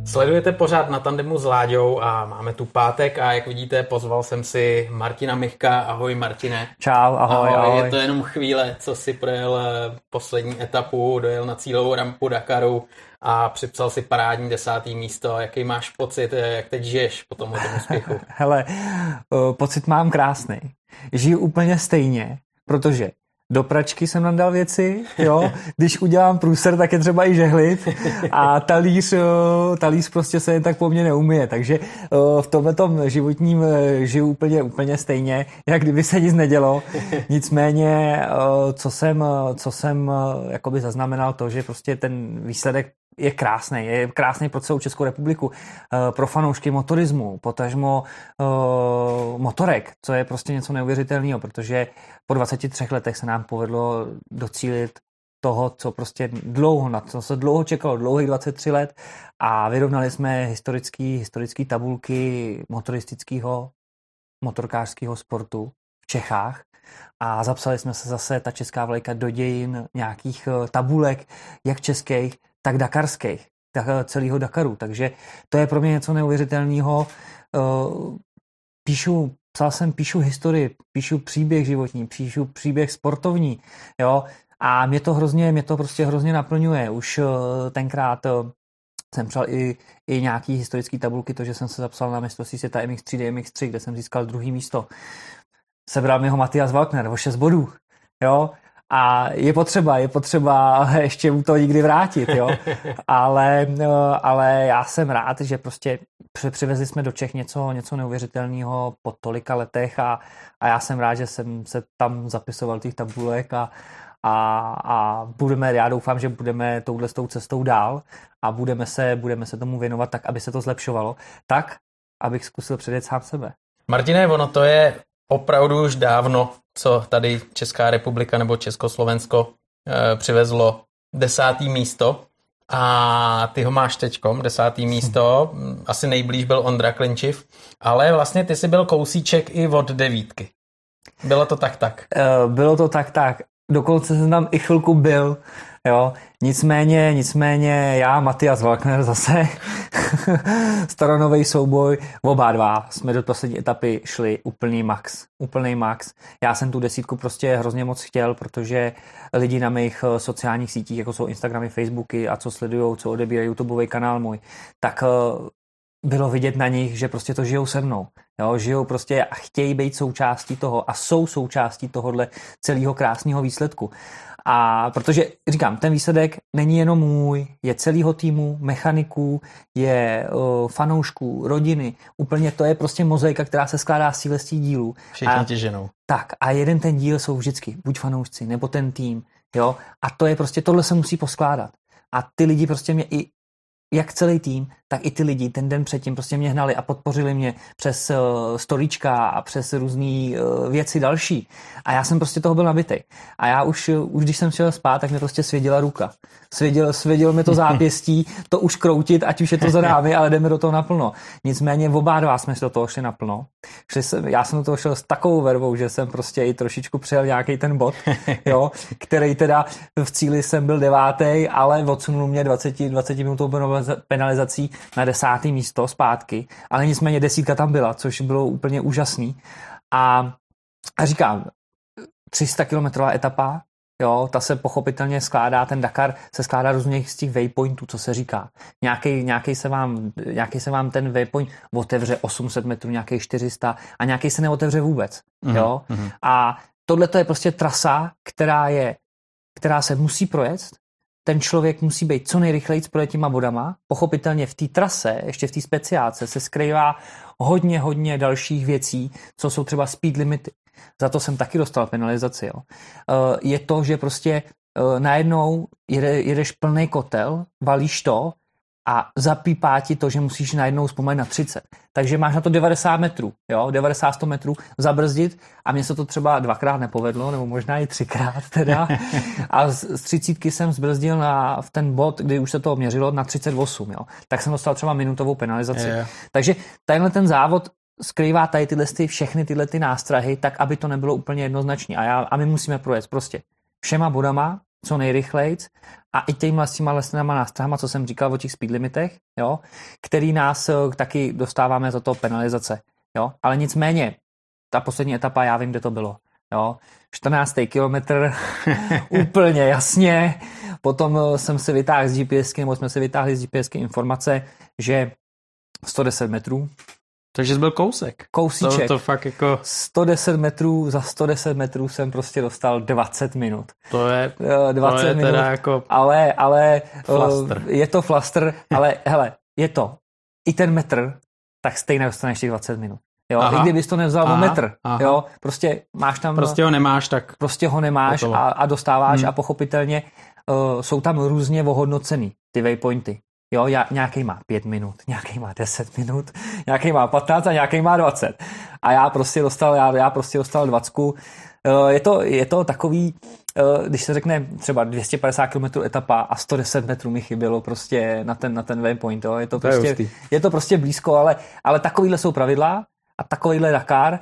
Sledujete pořád Na tandemu s Láďou a máme tu pátek a jak vidíte, pozval jsem si Martina Michka. Ahoj Martine. Čau, ahoj. Je to jenom chvíle, co si projel poslední etapu, dojel na cílovou rampu Dakaru a připsal si parádní 10. místo. Jaký máš pocit, jak teď žiješ po tomhle úspěchu? Hele, pocit mám krásný. Žiju úplně stejně, protože do pračky jsem nám dal věci, jo. Když udělám průser, tak je třeba i žehlit a talíř prostě se jen tak po mně neumije, takže v tomhletom životním žiju úplně stejně, jak kdyby se nic nedělo. Nicméně, co jsem jakoby zaznamenal to, že prostě ten výsledek je krásný pro celou Českou republiku, pro fanoušky motorismu, potažmo motorek, co je prostě něco neuvěřitelného, protože po 23 letech se nám povedlo docílit toho, co prostě na co se dlouho čekalo, dlouhých 23 let a vyrovnali jsme historický tabulky motoristického, motorkářského sportu v Čechách a zapsali jsme se zase, ta česká vlajka, do dějin nějakých tabulek, jak českých, tak dakarských, celého Dakaru. Takže to je pro mě něco neuvěřitelného. Píšu historii, píšu příběh životní, píšu příběh sportovní, jo, a mě to prostě hrozně naplňuje. Už tenkrát jsem psal i nějaký historický tabulky, to, že jsem se zapsal na mistrovství světa MX3 DMX3, kde jsem získal 2. místo. Sebral mi ho Matthias Walkner o 6 bodů, jo. A je potřeba ještě mu to někdy vrátit, jo. Ale já jsem rád, že prostě přivezli jsme do Čech něco neuvěřitelného po tolika letech a já jsem rád, že jsem se tam zapisoval těch tabulek a já doufám, že budeme touhletou cestou dál a budeme se tomu věnovat tak, aby se to zlepšovalo, tak, abych zkusil předjet sám sebe. Martine, ono to je opravdu už dávno, co tady Česká republika nebo Československo přivezlo 10. místo a ty ho máš teďkom, 10. místo, asi nejblíž byl Ondra Klinčiv, ale vlastně ty jsi byl kousíček i od 9. Bylo to tak? Bylo to tak. Dokonce jsem tam i chvilku byl, jo. Nicméně já, Matthias Walkner zase, staronový souboj, oba dva jsme do poslední etapy šli úplný max. Já jsem tu 10 prostě hrozně moc chtěl, protože lidi na mých sociálních sítích, jako jsou Instagramy, Facebooky a co sledujou, co odebírají YouTubeový kanál můj, tak bylo vidět na nich, že prostě to žijou se mnou. Jo, žijou prostě a chtějí být součástí toho a jsou součástí tohohle celého krásného výsledku. A protože, říkám, ten výsledek není jenom můj, je celého týmu, mechaniků, je fanoušků, rodiny. Úplně to je prostě mozaika, která se skládá z těch dílů. Všichni ti ženou. Tak a jeden ten díl jsou vždycky buď fanoušci, nebo ten tým. Jo? A to je prostě, tohle se musí poskládat. A ty lidi prostě mě i jak celý tým, tak i ty lidi ten den předtím prostě mě hnali a podpořili mě přes storíčka a přes různé věci další. A já jsem prostě toho byl nabitej. A já už když jsem šel spát, tak mě prostě svěděla ruka. Svědělo mi to zápěstí, to už kroutit, ať už je to za námi, ale jdeme do toho naplno. Nicméně oba dva jsme do toho šli naplno. Já jsem do toho šel s takovou vervou, že jsem prostě i trošičku přijel nějaký ten bod, jo, který teda v cíli jsem byl 9., ale odsunul mě 20 minutovou penalizací na 10. místo zpátky, ale nicméně 10 tam byla, což bylo úplně úžasný. A říkám, 300 kilometrová etapa, jo, ta se pochopitelně skládá, ten Dakar se skládá různých z těch waypointů, co se říká. Nějaký se vám ten waypoint otevře 800 metrů, nějaký 400 a nějaký se neotevře vůbec, jo. A tohle to je prostě trasa, která se musí projet. Ten člověk musí být co nejrychleji projet těma bodama. Pochopitelně v té trase, ještě v té speciálce, se skrývá hodně dalších věcí, co jsou třeba speed limity. Za to jsem taky dostal penalizaci. Jo. Je to, že prostě najednou jedeš plný kotel, valíš to a zapípá ti to, že musíš najednou zpomalit na 30. Takže máš na to 90 metrů, jo, 90-100 metrů zabrzdit a mně se to třeba 2krát nepovedlo, nebo možná i 3krát teda. A z 30 jsem zbrzdil v ten bod, kdy už se to měřilo na 38, jo. Tak jsem dostal třeba minutovou penalizaci. Takže tenhle ten závod skrývá tady všechny tyhle nástrahy, tak aby to nebylo úplně jednoznačné. A my musíme projet prostě všema bodama co nejrychlejc a i těma s těma lesnýma nástrahama, co jsem říkal o těch speed limitech, jo, který nás taky dostáváme za to penalizace, jo, ale nicméně ta poslední etapa, já vím, kde to bylo, jo, 14. kilometr, úplně jasně, potom jsem si vytáhl z GPSky, nebo jsme si vytáhli z GPSky informace, že 110 metrů. Takže jsi byl kousek. Kousíček. To fakt jako... 110 metrů, za 110 metrů jsem prostě dostal 20 minut. To je 20 minut, teda jako... Ale flastr. Je to flastr, ale hele, je to. I ten metr, tak stejně dostaneš těch 20 minut. Jo, i kdybys to nevzal o metr, jo, prostě máš tam... Prostě ho nemáš, tak... Prostě ho nemáš a dostáváš a pochopitelně jsou tam různě ohodnocený ty waypointy. Jo, nějaký má 5 minut, nějaký má 10 minut, nějaký má 15 a nějaký má 20. A já prostě dostal 20. Je to takový, když se řekne třeba 250 km etapa a 110 metrů mi chybělo prostě na ten waypoint. Jo. Je to prostě blízko, ale takovýhle jsou pravidla a takovýhle Dakar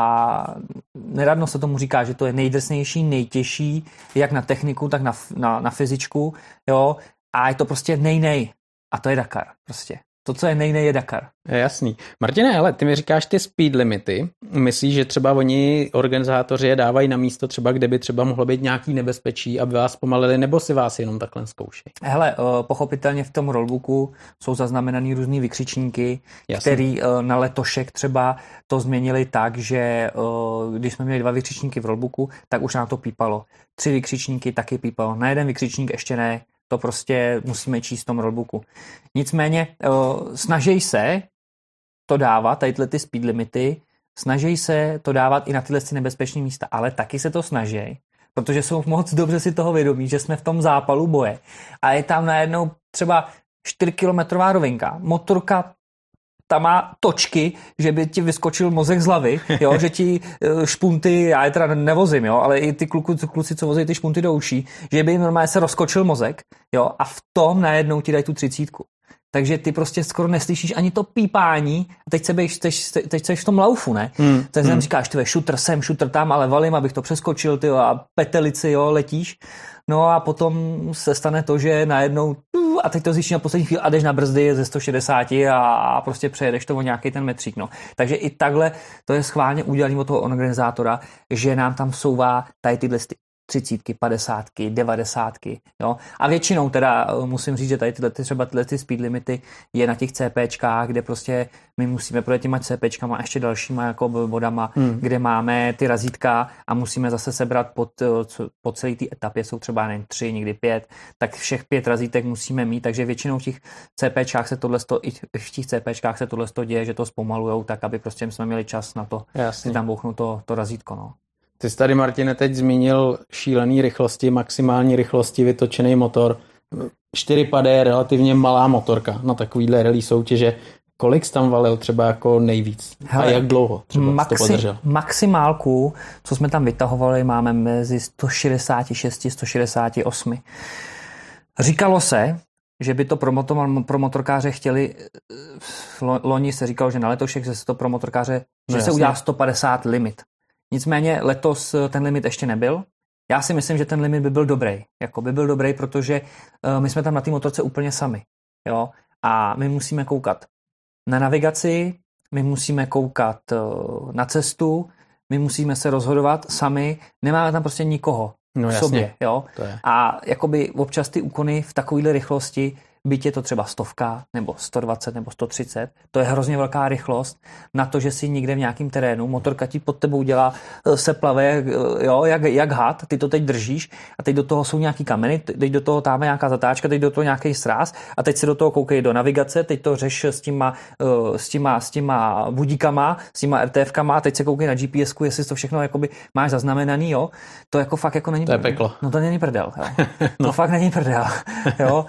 a neradno se tomu říká, že to je nejdrsnější, nejtěžší, jak na techniku, tak na fyzičku, jo, a je to prostě nej. A to je Dakar, prostě. To, co je nej, je Dakar. Je jasný. Martine, ale ty mi říkáš ty speed limity. Myslíš, že třeba oni, organizátoři, je dávají na místo třeba, kde by třeba mohlo být nějaký nebezpečí, aby vás pomalili, nebo si vás jenom takhle zkouší? Hele, pochopitelně v tom rollbooku jsou zaznamenaný různý vykřičníky, který na letošek třeba to změnili tak, že když jsme měli 2 vykřičníky v rollbooku, tak už nám to pípalo. 3 vykřičníky taky pípalo. Na jeden vykřičník ještě ne. To prostě musíme číst v tom rollbooku. Nicméně snaží se to dávat, tadyhle ty speed limity, snaží se to dávat i na tyhle nebezpečné místa, ale taky se to snaží, protože jsou moc dobře si toho vědomí, že jsme v tom zápalu boje a je tam najednou třeba 4kilometrová rovinka, motorka tam má točky, že by ti vyskočil mozek z hlavy, jo, že ti špunty, já je teda nevozím, jo, ale i ty kluci, co vozí ty špunty do uší, že by normálně se rozkočil mozek, jo, a v tom najednou ti dají tu 30. Takže ty prostě skoro neslyšíš ani to pípání a teď seš v tom laufu, ne? Teď jsem říkáš, ty šutr sem, šutr tam, ale valím, abych to přeskočil, ty a petelici, jo, letíš. No a potom se stane to, že najednou a teď to zjistíš na poslední chvíli a jdeš na brzdy ze 160 a prostě přejedeš to o nějaký ten metřík, no. Takže i takhle to je schválně udělané od toho organizátora, že nám tam vsouvá tady tyhle 30, 50, 90, jo. A většinou teda musím říct, že tady tyhle speed limity je na těch CPčkách, kde prostě my musíme projet těma CPčkama a ještě dalšíma jako bodama, kde máme ty razítka a musíme zase sebrat po celé té etapě, jsou třeba nevím, 3, někdy 5, tak všech 5 razítek musíme mít, takže většinou v těch CPčkách se tohle děje, že to zpomalujou tak, aby prostě jsme měli čas na to, si tam bouchnout to razítko, no. Ty jsi tady, Martine, teď zmínil šílený rychlosti, maximální rychlosti, vytočený motor. 4pady je relativně malá motorka na takovýhle rally soutěže. Kolik jsi tam valil třeba jako nejvíc? Hele, a jak dlouho třeba to podržel? Maximálku, co jsme tam vytahovali, máme mezi 166 a 168. Říkalo se, že by to pro motorkáře chtěli, loni se říkalo, že na letošek se to pro motorkáře, že se udělá 150 limit. Nicméně letos ten limit ještě nebyl. Já si myslím, že ten limit by byl dobrý. Jako by byl dobrý, protože my jsme tam na té motorce úplně sami. Jo? A my musíme koukat na navigaci, my musíme koukat na cestu, my musíme se rozhodovat sami, nemáme tam prostě nikoho v sobě. Jo? A jakoby občas ty úkony v takovéhle rychlosti, byť je to třeba 100 nebo 120 nebo 130, to je hrozně velká rychlost na to, že si někde v nějakém terénu, motorka ti pod tebou dělá, se plave, jo, jak had, ty to teď držíš a teď do toho jsou nějaký kameny, teď do toho tam nějaká zatáčka, teď do toho nějaký sráz a teď si do toho koukej do navigace, teď to řeš s těma budíkama, s těma RTFkama, teď se koukej na GPSku, jestli to všechno jakoby máš zaznamenaný, jo. To jako fakt jako není. To je peklo. No to není prdel, jo. To fakt není prdel, jo.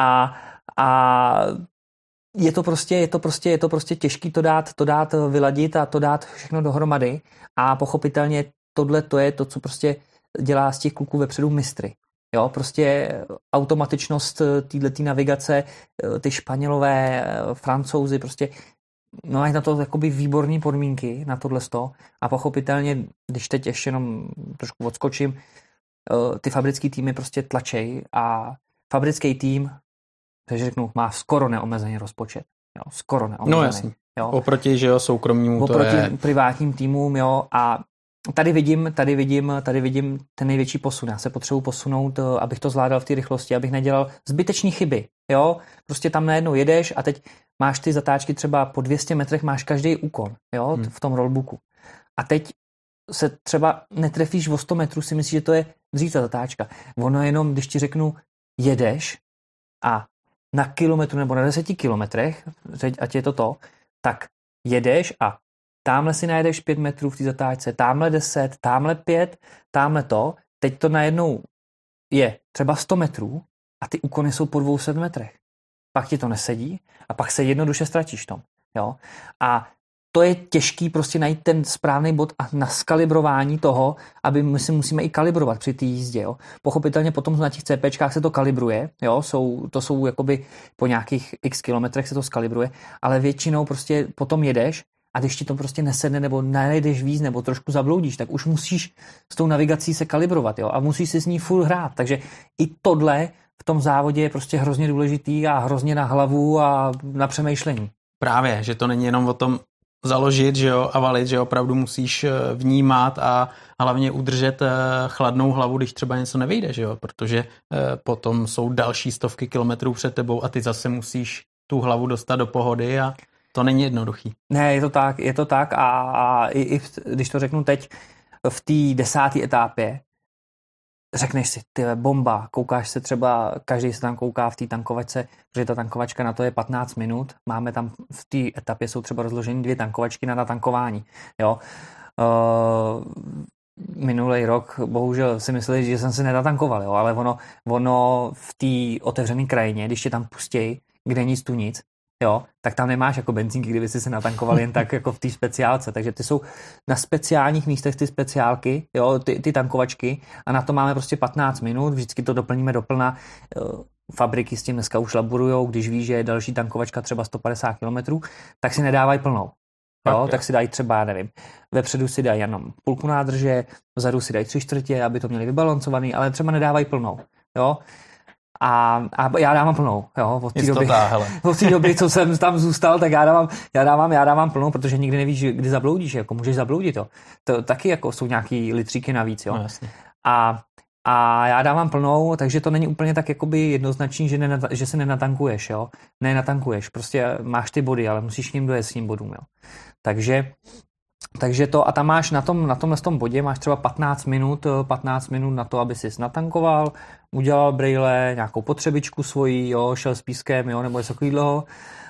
A je to prostě těžký to dát vyladit a to dát všechno dohromady a pochopitelně tohle to je to, co prostě dělá z těch kluků vepředu mistry. Jo, prostě automatičnost této navigace, ty Španělové, Francouzi, prostě no mají na to jakoby výborné podmínky na tohle sto a pochopitelně, když teď ještě jenom trošku odskočím, ty fabrický týmy prostě tlačej a fabrický tým, takže řeknu, má skoro neomezený rozpočet. Jo, skoro neomezený. No jasně. Jo. Oproti, že jo, soukromnímu oproti to je... privátním týmům, jo, a tady vidím ten největší posun. Já se potřebuji posunout, abych to zvládal v té rychlosti, abych nedělal zbytečné chyby, jo. Prostě tam najednou jedeš a teď máš ty zatáčky třeba po 200 metrech, máš každý úkon, jo, v tom rollbooku. A teď se třeba netrefíš o 100 metrů, si myslíš, že to je dřív ta zatáčka. Ono jenom, když ti řeknu, jedeš a na kilometru nebo na 10 kilometrech, ať je to, tak jedeš a tamhle si najedeš 5 metrů v té zatáčce, tamhle 10, tamhle 5, tamhle to, teď to najednou je třeba 100 metrů a ty úkony jsou po 200 metrech. Pak ti to nesedí a pak se jednoduše ztratíš tom. Jo? A to je těžký prostě najít ten správný bod a na skalibrování toho, aby my si musíme i kalibrovat při té jízdě. Jo. Pochopitelně potom na těch CPčkách se to kalibruje, jo, to jsou jakoby po nějakých x kilometrech se to skalibruje, ale většinou prostě potom jedeš a když ti to prostě nesedne nebo najdeš víc nebo trošku zabloudíš, tak už musíš s tou navigací se kalibrovat, jo, a musíš si s ní full hrát. Takže i tohle v tom závodě je prostě hrozně důležitý a hrozně na hlavu a na přemýšlení. Právě, že to není jenom o tom založit, že jo, a valit, že opravdu musíš vnímat a hlavně udržet chladnou hlavu, když třeba něco nevyjde, že jo, protože potom jsou další stovky kilometrů před tebou a ty zase musíš tu hlavu dostat do pohody a to není jednoduchý. Ne, je to tak a i když to řeknu teď v té 10. etapě, řekneš si, ty bomba, koukáš se třeba, každý se tam kouká v té tankovačce, protože ta tankovačka na to je 15 minut, máme tam v té etapě jsou třeba rozloženy 2 tankovačky na natankování, jo. Minulý rok, bohužel si mysleli, že jsem se nenatankoval, jo, ale ono v té otevřené krajině, když tě tam pustí, kde nic tu nic, jo, tak tam nemáš jako benzínky, kdyby si se natankoval jen tak jako v té speciálce, takže ty jsou na speciálních místech ty speciálky, jo, ty tankovačky a na to máme prostě 15 minut, vždycky to doplníme doplna. Fabriky s tím dneska už laborujou, když ví, že je další tankovačka třeba 150 km, tak si nedávají plnou. Jo, okay. Tak si dají třeba, já nevím, vepředu si dají jenom půlku nádrže, vzadu si dají 3/4, aby to měli vybalancovaný, ale třeba nedávají plnou. Jo. A já dávám plnou, jo, od té doby, co jsem tam zůstal, tak já dávám plnou, protože nikdy nevíš, kdy zabloudíš, jako můžeš zabloudit, jo. To taky jako jsou nějaký litříky navíc, jo. No, jasně. A já dávám plnou, takže to není úplně tak jakoby jednoznačný, že se nenatankuješ, jo. Nenatankuješ, prostě máš ty body, ale musíš k ním dojet s tím bodům, jo. Takže to, a tam máš na tom bodě máš třeba 15 minut na to, aby sis natankoval, udělal brejle, nějakou potřebičku svoji, jo, šel s pískem, jo, nebo něco takového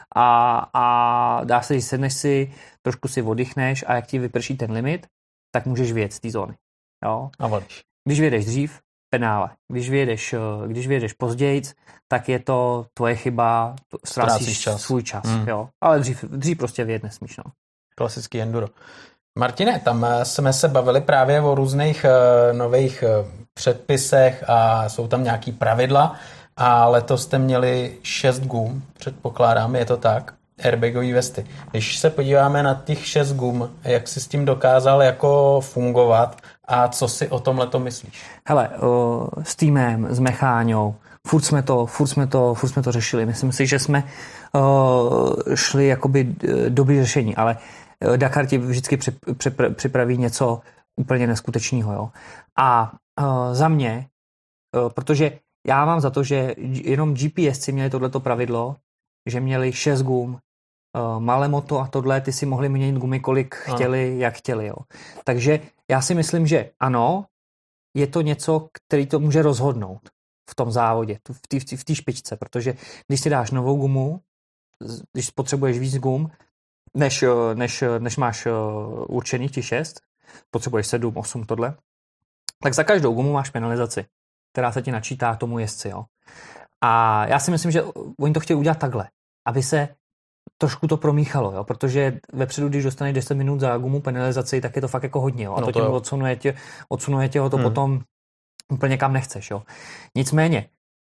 a dá se, že sedneš si, trošku si oddychneš a jak ti vyprší ten limit, tak můžeš vyjet z té zóny, jo. A valíš. Když vyjedeš dřív, penále. Když vyjedeš pozdějc, tak je to tvoje chyba, ztrácíš svůj čas, jo. Ale dřív prostě vyjet nesmíš, no. Klasický enduro. Martine, tam jsme se bavili právě o různých nových předpisech a jsou tam nějaký pravidla a letos jste měli 6 gum, předpokládám, je to tak, airbagové vesty. Když se podíváme na těch 6 gum, jak jsi s tím dokázal jako fungovat a co si o tomhle to myslíš? Hele, s týmem, s Mecháňou, furt jsme to řešili. Myslím si, že jsme šli jakoby dobrý řešení, ale Dakar ti vždycky připraví něco úplně neskutečného, jo. A za mě, protože já mám za to, že jenom GPSci měli tohleto pravidlo, že měli 6 gum, malé moto a tohle, ty si mohli měnit gumy, kolik chtěli, jak chtěli, jo. Takže já si myslím, že ano, je to něco, který to může rozhodnout v tom závodě, v té špičce, protože když si dáš novou gumu, když potřebuješ víc gum, než máš určených ti 6, potřebuješ 7, 8 tohle, tak za každou gumu máš penalizaci, která se ti načítá tomu jezdci, jo. A já si myslím, že oni to chtějí udělat takhle, aby se trošku to promíchalo, jo, protože vepředu, když dostaneš 10 minut za gumu penalizaci, tak je to fakt jako hodně, jo, a to tím odsunuje tě ho to potom úplně kam nechceš, jo. Nicméně,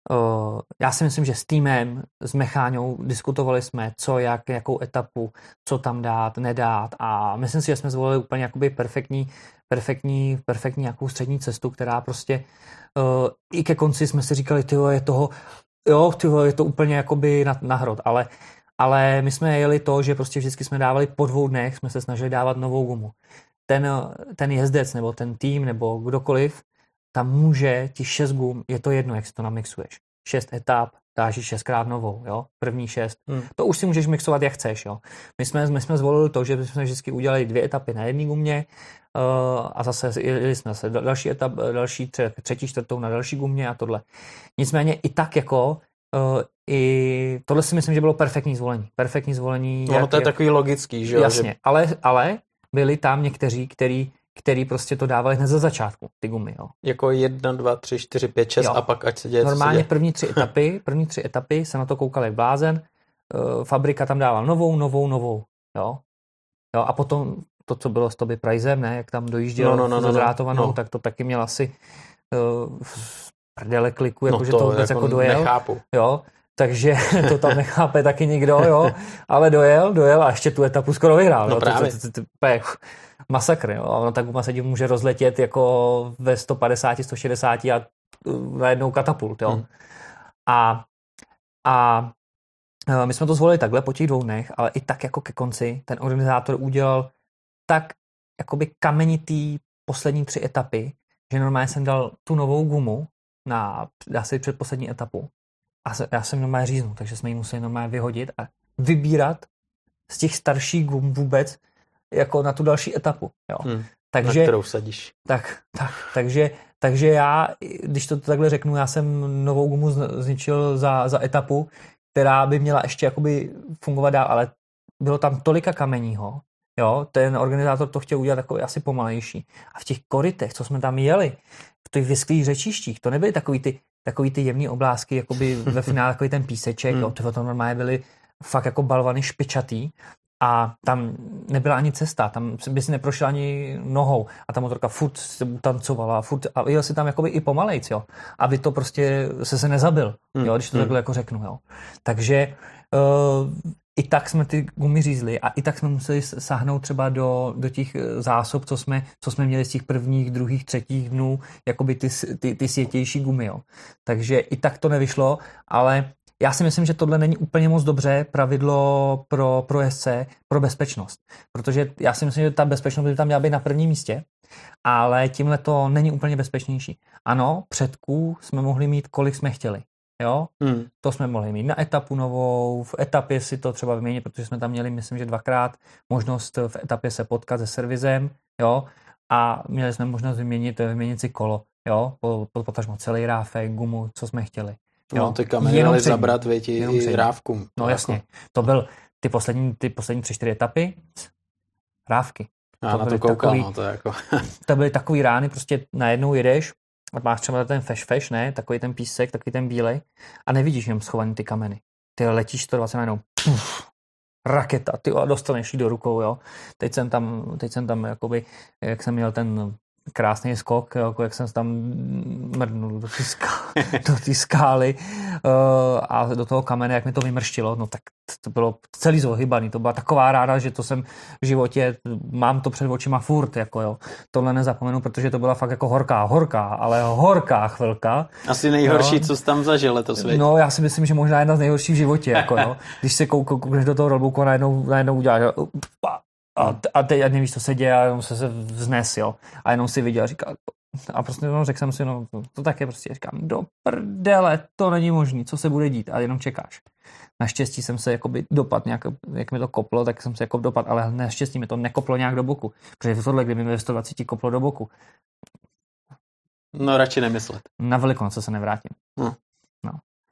Já si myslím, že s týmem, s Mecháňou diskutovali jsme, co, jak, jakou etapu, co tam dát, nedát a myslím si, že jsme zvolili úplně jakoby perfektní nějakou střední cestu, která prostě i ke konci jsme si říkali, je to úplně jakoby na hrot, ale my jsme jeli to, že prostě vždycky jsme dávali po 2 dnech, jsme se snažili dávat novou gumu. Ten jezdec nebo ten tým nebo kdokoliv, tam může ti 6 gum, je to jedno, jak si to namixuješ. 6 etap, dáš 6krát novou, jo? První 6. To už si můžeš mixovat, jak chceš, jo? My jsme zvolili to, že jsme vždycky udělali 2 etapy na jedné gumě a zase jeli jsme zase další třetí, čtvrtou na další gumě a tohle. Nicméně i tak jako i tohle si myslím, že bylo perfektní zvolení. No, to je takový logický, že jo? Jasně, ale byli tam někteří, který prostě to dávali hned za začátku, ty gumy, jo. Jako 1, 2, 3, 4, 5, 6 a pak ať se děje, normálně první 3 etapy se na to koukal jak blázen, fabrika tam dával novou, jo. A potom to, co bylo s Toby Pricem, ne, jak tam dojížděl za zrátovanou, tak to taky měl asi prdele kliku, jakože to vůbec jako dojel. Nechápu. Jo, takže to tam nechápe taky nikdo, jo, ale dojel a ještě tu etapu skoro vyhrál. No jo, právě. Masakr, jo, a ono tak guma se tím může rozletět jako ve 150, 160 a najednou katapult, jo. A my jsme to zvolili takhle po těch 2 dnech, ale i tak jako ke konci ten organizátor udělal tak jakoby kamenitý poslední 3 etapy, že normálně jsem dal tu novou gumu na asi předposlední etapu a já jsem normálně říznul, takže jsme ji museli normálně vyhodit a vybírat z těch starších gum vůbec jako na tu další etapu. Jo. Takže, na kterou sadíš. Takže já, když to takhle řeknu, já jsem novou gumu zničil za etapu, která by měla ještě jakoby fungovat dál, ale bylo tam tolika kameního, jo, ten organizátor to chtěl udělat takový asi pomalejší. A v těch korytech, co jsme tam jeli, v těch vysklých řečištích, to nebyly takový ty jemný oblázky, jakoby ve finále takový ten píseček, jo, to normálně byly fakt jako balvany špičatý a tam nebyla ani cesta, tam by si neprošel ani nohou a ta motorka furt se tancovala a jel si tam jakoby i pomalejc, jo, aby to prostě se nezabil, jo, když to takhle jako řeknu, jo. Takže i tak jsme ty gumy řízli a i tak jsme museli sáhnout třeba do těch zásob, co jsme měli z těch prvních, druhých, třetích dnů, jakoby ty sjetější gumy, jo. Takže i tak to nevyšlo, ale já si myslím, že tohle není úplně moc dobře pravidlo pro jezdce, pro bezpečnost. Protože já si myslím, že ta bezpečnost by tam měla být na prvním místě, ale tímhle to není úplně bezpečnější. Ano, předků jsme mohli mít, kolik jsme chtěli. Jo? To jsme mohli mít na etapu novou, v etapě si to třeba vyměnit, protože jsme tam měli, myslím, že 2krát možnost v etapě se potkat se servisem, jo? A měli jsme možnost vyměnit si kolo, jo? Potažmo celý ráfek, gumu, co jsme chtěli. Jo? No, ty kameny měly zabrat i rávkům. No jasně, to byl ty poslední 3-4 etapy, rávky. Já na to koukám, no to je jako... To byly takový rány, prostě najednou jedeš, a máš třeba ten feš, ne, takový ten písek, takový ten bílej a nevidíš jenom schovaný ty kameny. Ty letíš 120 najednou, raketa, ty dostaneš jí do rukou, jo. Teď jsem tam jakoby, jak jsem měl ten krásný skok, jako jak jsem tam mrdnul do té skály a do toho kamene, jak mi to vymrštilo, no tak to bylo celý zohybaný, to byla taková ráda, že to jsem v životě, mám to před očima furt, jako jo. Tohle nezapomenu, protože to byla fakt jako horká chvilka. Asi nejhorší, co jsi tam zažil letos, viď? No, já si myslím, že možná jedna z nejhorších v životě, jako jo. Když se koukneš do toho rollbooku a najednou uděláš a teď nevíš, co se děje a jenom se vznes, jo. A jenom si viděl a říkal, a prostě řekl jsem si, no to tak je prostě, říkám, do prdele, to není možný, co se bude dít a jenom čekáš. Naštěstí jsem se jakoby dopad nějak, jak mi to koplo, tak jsem se jako dopad, ale naštěstí mi to nekoplo nějak do boku, protože tohle, kdyby mi ve 120 koplo do boku. No radši nemyslet. Na Velikonoce se nevrátím. No.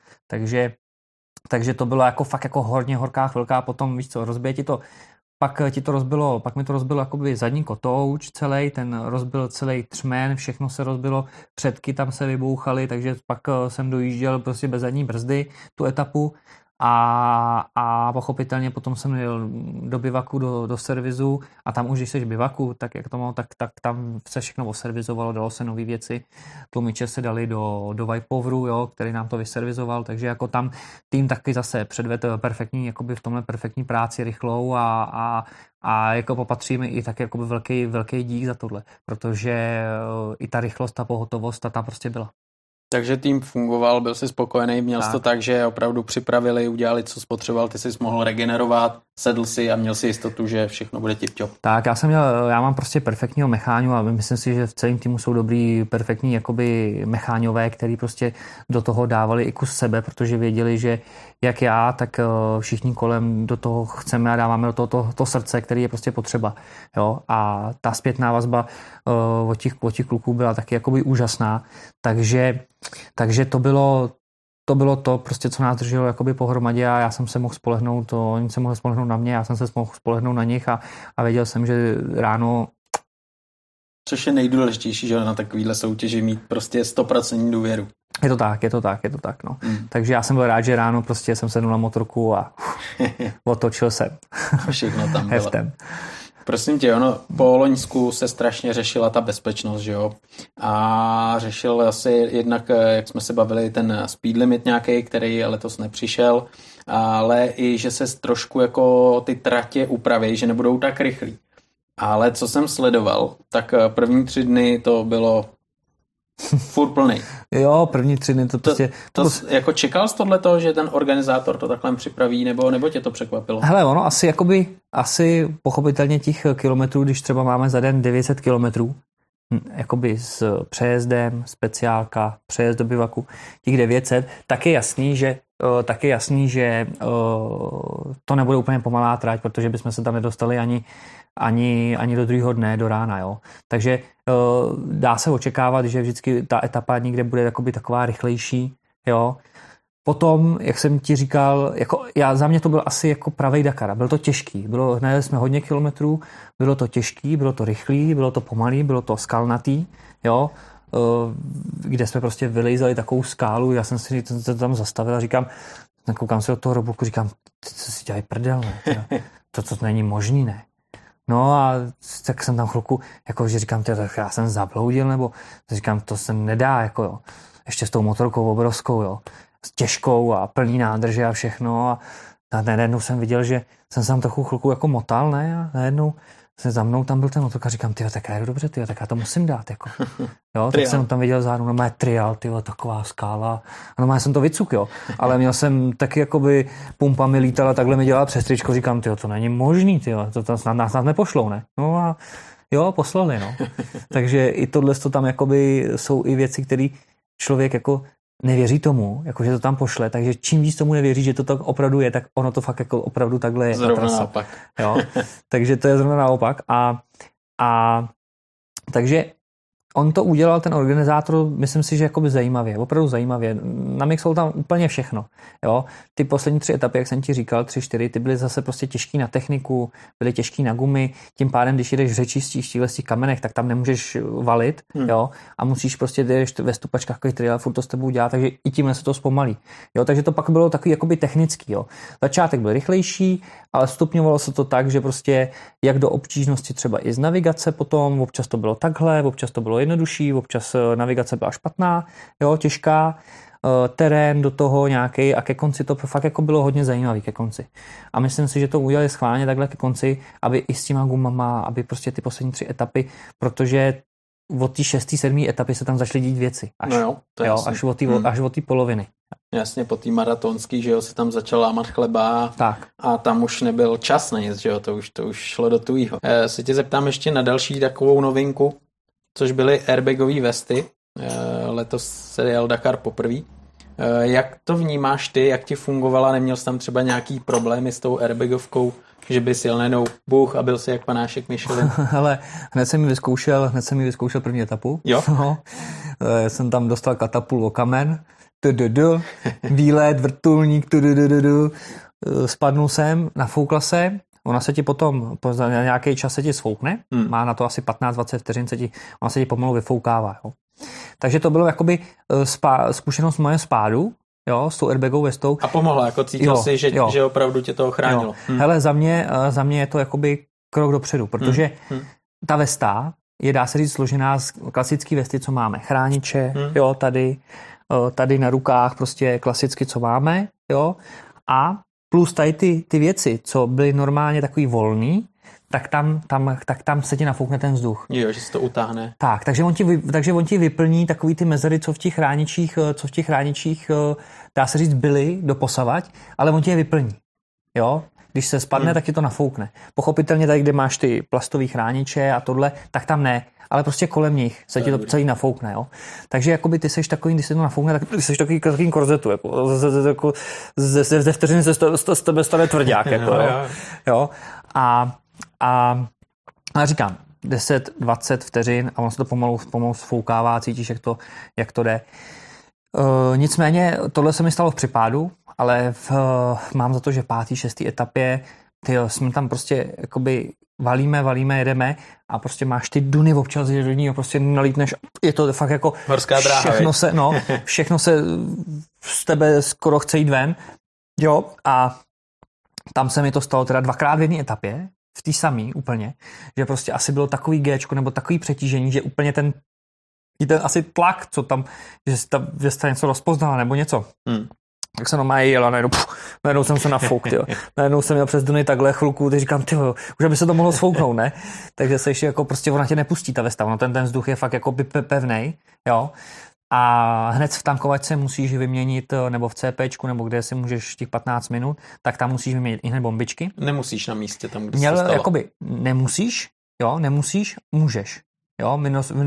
Takže to bylo jako fakt jako hodně horká chvilka a potom, víš co, rozbije ti to. Pak mi to rozbilo jakoby zadní kotouč celý, ten rozbil celý třmen, všechno se rozbilo, předky tam se vybouchaly, takže pak jsem dojížděl prostě bez zadní brzdy tu etapu a pochopitelně potom jsem jel do bivaku, do servisu a tam už, když jsi v bivaku, tak jak to mám, tak tam se všechno oservizovalo, dalo se nové věci, tlumiče se dali do Vipoveru, jo, který nám to vyservizoval, takže jako tam tým taky zase předvedl perfektní, jakoby v tomhle perfektní práci rychlou a jako popatříme i tak jakoby velký dík za tohle, protože i ta rychlost, ta pohotovost, ta tam prostě byla. Takže tým fungoval, byl jsi spokojený, měl jsi to tak, že opravdu připravili, udělali, co spotřeboval, ty jsi mohl regenerovat, sedl si a měl si jistotu, že všechno bude tip-top. Tak, já mám prostě perfektního mecháňu a myslím si, že v celém týmu jsou dobrý, perfektní jakoby mecháňové, který prostě do toho dávali i kus sebe, protože věděli, že jak já, tak všichni kolem do toho chceme a dáváme do toho to srdce, který je prostě potřeba. Jo? A ta zpětná vazba od těch kluků byla taky jakoby úžasná, takže to bylo to prostě, co nás drželo jakoby pohromadě a já jsem se mohl spolehnout, oni se mohli spolehnout na mě, já jsem se mohl spolehnout na nich a věděl jsem, že ráno... Což je nejdůležitější, že na takovýhle soutěži mít prostě 100% důvěru. Je to tak, no. Takže já jsem byl rád, že ráno prostě jsem sednul na motorku a otočil jsem. Všechno tam bylo. Heftem. Prosím tě, po Loňsku se strašně řešila ta bezpečnost, že jo? A řešil asi jednak, jak jsme se bavili, ten speed limit nějaký, který letos nepřišel, ale i, že se trošku jako ty tratě upraví, že nebudou tak rychlí. Ale co jsem sledoval, tak první 3 dny to bylo furt plný. Jo, první 3 dny to prostě... Jako čekal jsi tohleto, že ten organizátor to takhle připraví, nebo tě to překvapilo? Hele, ono asi pochopitelně těch kilometrů, když třeba máme za den 900 kilometrů, jakoby s přejezdem, speciálka, přejezd do bivaku, těch 900, tak je jasný, že to nebude úplně pomalá trať, protože bychom se tam nedostali ani do druhého dne, do rána. Jo. Takže dá se očekávat, že vždycky ta etapa někde bude jakoby taková rychlejší. Jo. Potom, jak jsem ti říkal, za mě to byl asi jako pravej Dakar. Bylo to těžký. Hnali jsme hodně kilometrů, bylo to těžký, bylo to rychlý, bylo to pomalý, bylo to skalnatý, jo, kde jsme prostě vylejzali takovou skálu. Já jsem si to tam zastavil a říkám, koukám se do toho roboku, říkám, co si dělají prdel, ne? To není možný, ne? No a tak jsem tam chvilku, že říkám, tak já jsem zabloudil, nebo říkám, to se nedá, jo. Ještě s tou motorkou obrovskou, jo. S těžkou a plný nádrže a všechno a najednou jsem viděl, že jsem se tam trochu chvilku motal, ne? A najednou za mnou tam byl ten motorka a říkám, tak já jdu dobře, tak já to musím dát, jako. Jo, tak jsem tam viděl zároveň, má trial, taková skála. A já jsem to vycuk, jo. Ale měl jsem taky jakoby pumpa mi lítala, takhle mi dělala přes tričko, říkám, to není možný, to snad nepošlou, ne? No a jo, poslali, no. Takže i tohle tam jakoby jsou i věci, které člověk nevěří tomu, že to tam pošle, takže čím víc tomu nevěří, že to tak opravdu je, tak ono to fakt opravdu takhle je. Zrovna naopak. Jo? Takže to je zrovna naopak. A takže on to udělal, ten organizátor, myslím si, že zajímavě, opravdu zajímavě. Namixol tam úplně všechno. Jo? Ty poslední 3 etapy, jak jsem ti říkal, 3, 4, ty byly zase prostě těžký na techniku, byly těžký na gumy, tím pádem, když jdeš v řečistích, v těch kamenech, tak tam nemůžeš valit, jo? A musíš prostě jdeš ve stupačkách trial, furt to s tebou dělat, takže i tímhle se to zpomalí. Jo? Takže to pak bylo takový technický. Jo? Začátek byl rychlejší, ale stupňovalo se to tak, že prostě jak do obtížnosti třeba i z navigace potom, občas to bylo takhle, občas to bylo jednodušší, občas navigace byla špatná, jo, těžká, terén do toho nějaký a ke konci to fakt bylo hodně zajímavý ke konci. A myslím si, že to udělali schválně takhle ke konci, aby i s těma gumama, aby prostě ty poslední 3 etapy, protože od té 6., 7. etapy se tam začaly dít věci. Až od té poloviny. Jasně, po té maratonský, že jo, se tam začal lámat chleba a tam už nebyl čas na nic, že jo, to už šlo do tujího. Se tě zeptám ještě na další takovou novinku, což byly airbagové vesty. Letos se jel Dakar poprvé. Jak to vnímáš ty, jak ti fungovala, neměl jsi tam třeba nějaký problémy s tou airbagovkou, že bys jel najednou a byl si jak panášek Michelin? Ale hned jsem mi vyzkoušel první etapu. Jo? No, já jsem tam dostal katapult o kamen, výlet, vrtulník, spadnul jsem, nafoukla se, ona se ti potom, na nějaký čas se ti svoukne, má na to asi 15-20 vteřin, ona se ti pomalu vyfoukává. Jo. Takže to bylo jakoby zkušenost moje spádu, jo, s tou airbagovou vestou. A pomohla, jako cítil si, že opravdu tě to ochránilo. Hele, za mě je to jakoby krok dopředu, protože ta vesta je, dá se říct, složená z klasické vesty, co máme. Chrániče, jo, tady na rukách prostě klasicky, co máme, jo, a plus tady ty věci, co byly normálně takový volný, tak tam se ti nafoukne ten vzduch. Jo, že se to utáhne. Tak, takže on ti vyplní takový ty mezery, co v těch chráničích, dá se říct, byly doposavať, ale on ti je vyplní. Jo? Když se spadne, tak ti to nafoukne. Pochopitelně tady, kde máš ty plastové chrániče a tohle, tak tam ne. Ale prostě kolem nich se ti to celý nafoukne. Jo? Takže jakoby ty seš takový, když se to nafoukne, tak ty seš takový korzetu. Jako, ze vteřiny se z tebe stane tvrdák. Jako, jo? A říkám, 10-20 vteřin a on se to pomalu sfoukává, cítíš, jak to jde. Nicméně tohle se mi stalo v připádu, ale mám za to, že v 5., 6. etapě jsme tam prostě jakoby valíme, jedeme a prostě máš ty duny občas, že do ní prostě nalítneš, je to fakt jako horská dráha, všechno se z tebe skoro chce jít ven, jo, a tam se mi to stalo teda 2krát v jedné etapě, v té samý úplně, že prostě asi bylo takový Gčko nebo takový přetížení, že úplně ten asi tlak, co tam, že jste něco rozpoznala nebo něco. Tak se normálně jel a najednou jsem se nafouk, tyjo. Najednou jsem měl přes duny takhle chvilku, teď říkám, tyjo, už by se to mohlo sfouknout, ne? Takže se ještě jako prostě ona tě nepustí ta vesta, ono ten vzduch je fakt jako pevnej, jo. A hned v tankovačce musíš vyměnit, nebo v CPčku, nebo kde si můžeš těch 15 minut, tak tam musíš vyměnit i hned bombičky. Nemusíš na místě tam, kde se stalo. Jakoby nemusíš, můžeš. Jo,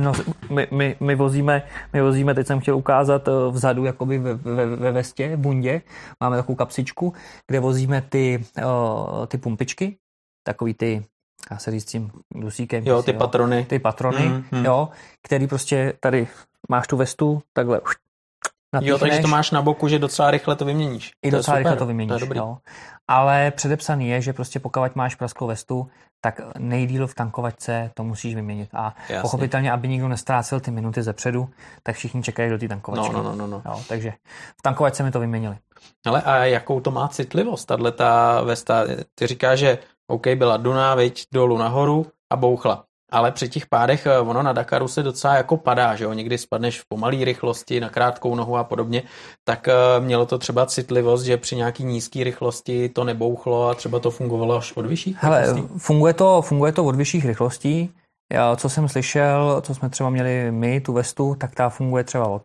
my vozíme, teď jsem chtěl ukázat vzadu, jakoby ve vestě, v bundě, máme takovou kapsičku, kde vozíme ty pumpičky, takový ty, já se říct tím dusíkem. Jo, ty patrony. Ty patrony, jo, který prostě tady máš tu vestu, takhle napíchneš. Jo, takže to máš na boku, že docela rychle to vyměníš. I docela rychle to vyměníš, jo. Ale předepsaný je, že prostě pokud máš prasklou vestu, tak nejdýl v tankovačce to musíš vyměnit. A jasně. Pochopitelně, aby nikdo nestrácel ty minuty zepředu, tak všichni čekají do té tankovačky. No. Jo, takže v tankovačce mi to vyměnili. Ale a jakou to má citlivost, tato vesta? Ty říkáš, že OK, byla duna, veď dolů nahoru a bouchla. Ale při těch pádech ono na Dakaru se docela jako padá, že jo, někdy spadneš v pomalé rychlosti, na krátkou nohu a podobně, tak mělo to třeba citlivost, že při nějaký nízké rychlosti to nebouchlo a třeba to fungovalo až od vyšších rychlostí? Funguje to od vyšších rychlostí. Já, co jsem slyšel, co jsme třeba měli my, tu vestu, tak ta funguje třeba od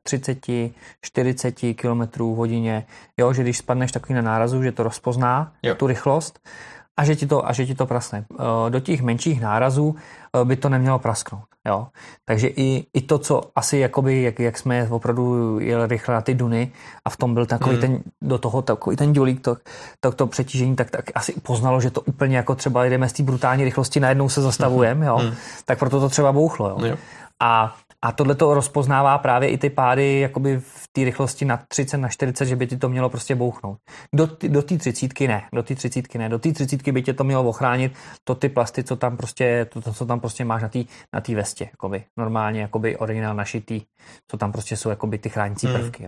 30-40 km hodině, jo, že když spadneš takový na nárazu, že to rozpozná tu rychlost, a že ti to prasne. Do těch menších nárazů by to nemělo prasknout. Jo? Takže i to, co asi jakoby, jak jsme opravdu jeli rychle na ty duny a v tom byl takový ten, do toho takový ten dělík, to přetížení, tak asi poznalo, že to úplně jako třeba jdeme z té brutální rychlosti, najednou se zastavujeme, jo? Tak proto to třeba bouchlo. Jo? A tohle to rozpoznává právě i ty pády jakoby v té rychlosti na 30, na 40, že by ti to mělo prostě bouchnout. Do té 30 ne. Do té 30 by tě to mělo ochránit, to ty plasty, co tam prostě, co tam prostě máš na té vestě, jakoby normálně jakoby originál našitý, co tam prostě jsou jakoby ty chránící prvky. Jo.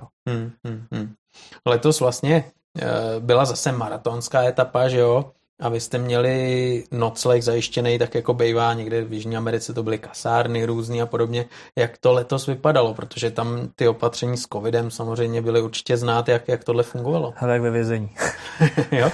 Letos vlastně byla zase maratonská etapa, že jo? A vy jste měli nocleh zajištěný, tak jako bejvá někde v Jižní Americe, to byly kasárny různý a podobně. Jak to letos vypadalo? Protože tam ty opatření s covidem samozřejmě byly určitě znát, jak tohle fungovalo. Ale jak ve vězení. Jo?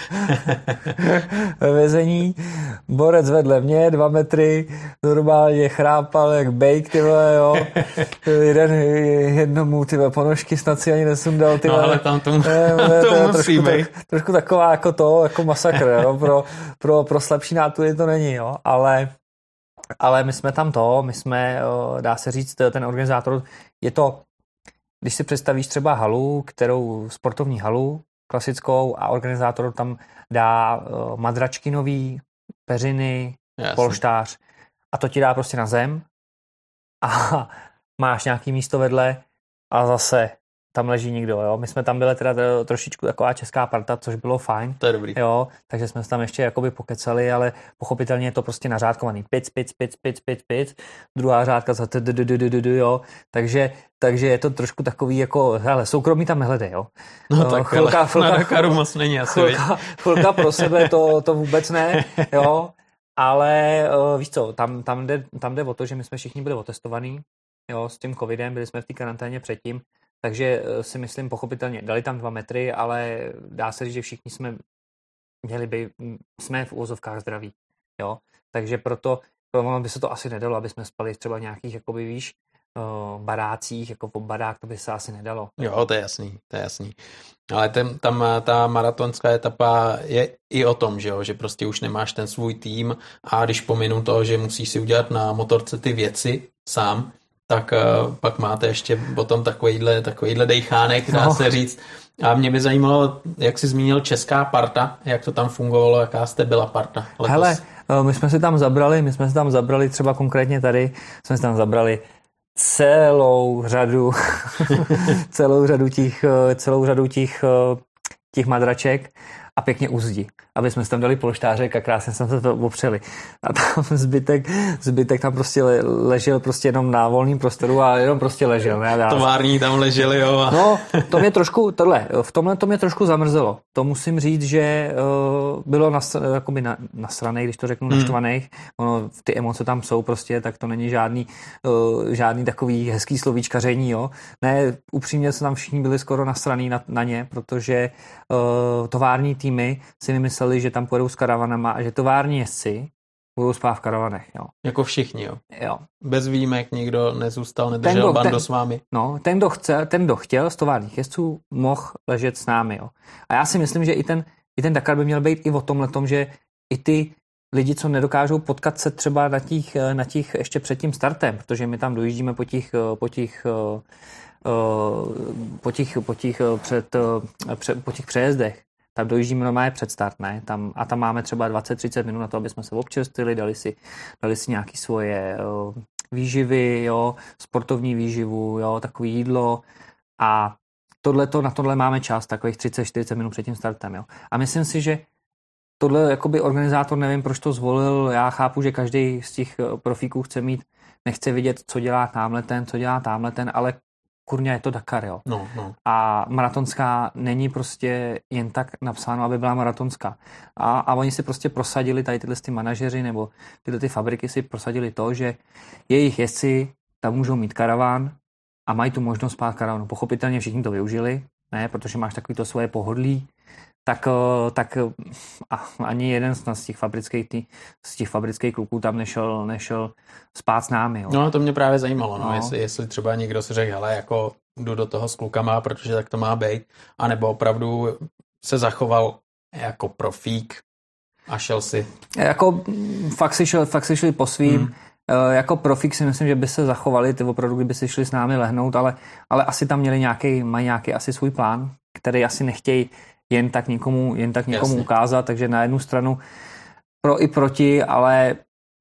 Ve vězení borec vedle mě, 2 metry, normálně chrápal jak bejk, ty vole, jo. Jednomu, ty vole, ponožky snad si ani nesundal, ty vole. No ale tam to musí být. Trošku taková jako masakr. Jo, pro slabší nátury to není, jo, ale my jsme dá se říct, ten organizátor, je to, když si představíš třeba halu, sportovní halu, klasickou a organizátor tam dá madračky nový, peřiny, polštář a to ti dá prostě na zem a máš nějaký místo vedle a zase tam leží nikdo, jo. My jsme tam byli teda trošičku taková česká parta, což bylo fajn. To je dobrý. Jo, takže jsme se tam ještě jakoby pokecali, ale pochopitelně je to prostě nařádkovaný. Pic, druhá řádka za jo. Takže je to trošku takový jako, hele, soukromí tam nehledej, jo. No tak chvilka, na Dakaru moc není asi. Chvilka pro sebe to vůbec ne, jo. Ale víš co, tam jde o to, že my jsme všichni byli otestovaní, jo, s tím covidem, byli jsme v té karanténě předtím, takže si myslím pochopitelně, dali tam 2 metry, ale dá se říct, že všichni jsme v úvozovkách zdraví, jo, takže proto by se to asi nedalo, aby jsme spali třeba nějakých, jakoby víš, barácích, jako po barák, to by se asi nedalo. Jo, to je jasný. Ale ta maratonská etapa je i o tom, že prostě už nemáš ten svůj tým a když pominu to, že musíš si udělat na motorce ty věci sám, tak pak máte ještě potom takovýhle dejchánek, dá se říct. A mě by zajímalo, jak jsi zmínil česká parta, jak to tam fungovalo, jaká jste byla parta letos? Hele, my jsme se tam zabrali třeba konkrétně tady, jsme se tam zabrali celou řadu těch madraček a pěkně uzdi, aby jsme si tam dali polštářek a krásně jsme se to opřeli. A tam zbytek tam prostě ležel prostě jenom na volným prostoru a jenom prostě ležel. Ne? Tovární tam leželi, jo. No, to mě trošku, v tomhle to mě trošku zamrzelo. To musím říct, že bylo nasranej, když to řeknu, naštvaných. Ono, ty emoce tam jsou prostě, tak to není žádný takový hezký slovíčkaření, jo. Ne, upřímně se tam všichni byli skoro nasraný na ně, protože tovární týmy si vymysleli, že tam pojedou s karavanama a že tovární jezdci budou spát v karavanech, jo. Jako všichni, jo. Jo. Bez výjimek nikdo nezůstal, nedržel bando s vámi. No, ten, kdo chtěl z továrních jezdců, mohl ležet s námi, jo. A já si myslím, že i ten Dakar by měl být i o tomhletom, že i ty lidi, co nedokážou potkat se třeba na těch ještě před tím startem, protože my tam dojíždíme po těch přejezdech, tak dojíždíme normálně před start, ne? Tam máme třeba 20-30 minut na to, aby jsme se občerstvili, dali si nějaké svoje výživy, jo, sportovní výživu, jo, takové jídlo a na tohle máme čas, takových 30-40 minut před tím startem, jo. A myslím si, že tohle jakoby organizátor, nevím, proč to zvolil, já chápu, že každý z těch profíků nechce vidět, co dělá tamhle ten, ale kurňa, je to Dakar, jo. No. A maratonská není prostě jen tak napsáno, aby byla maratonská. A oni si prostě prosadili, tady tyhle ty manažeři nebo tyhle ty fabriky si prosadili to, že jejich jezdci tam můžou mít karaván a mají tu možnost spát karavanu. Pochopitelně všichni to využili, ne, protože máš takový to svoje pohodlí, tak ani jeden z těch fabrických kluků tam nešel spát s námi. Jo. No, to mě právě zajímalo, no. Jestli třeba někdo si řekl, hele, jako jdu do toho s klukama, protože tak to má být, anebo opravdu se zachoval jako profík a šel si. Jako fakt si šli po svým. Jako profík si myslím, že by se zachovali, ty opravdu, kdyby si šli s námi lehnout, ale asi tam mají nějaký asi svůj plán, který asi nechtějí jen tak někomu ukázat, takže na jednu stranu pro i proti, ale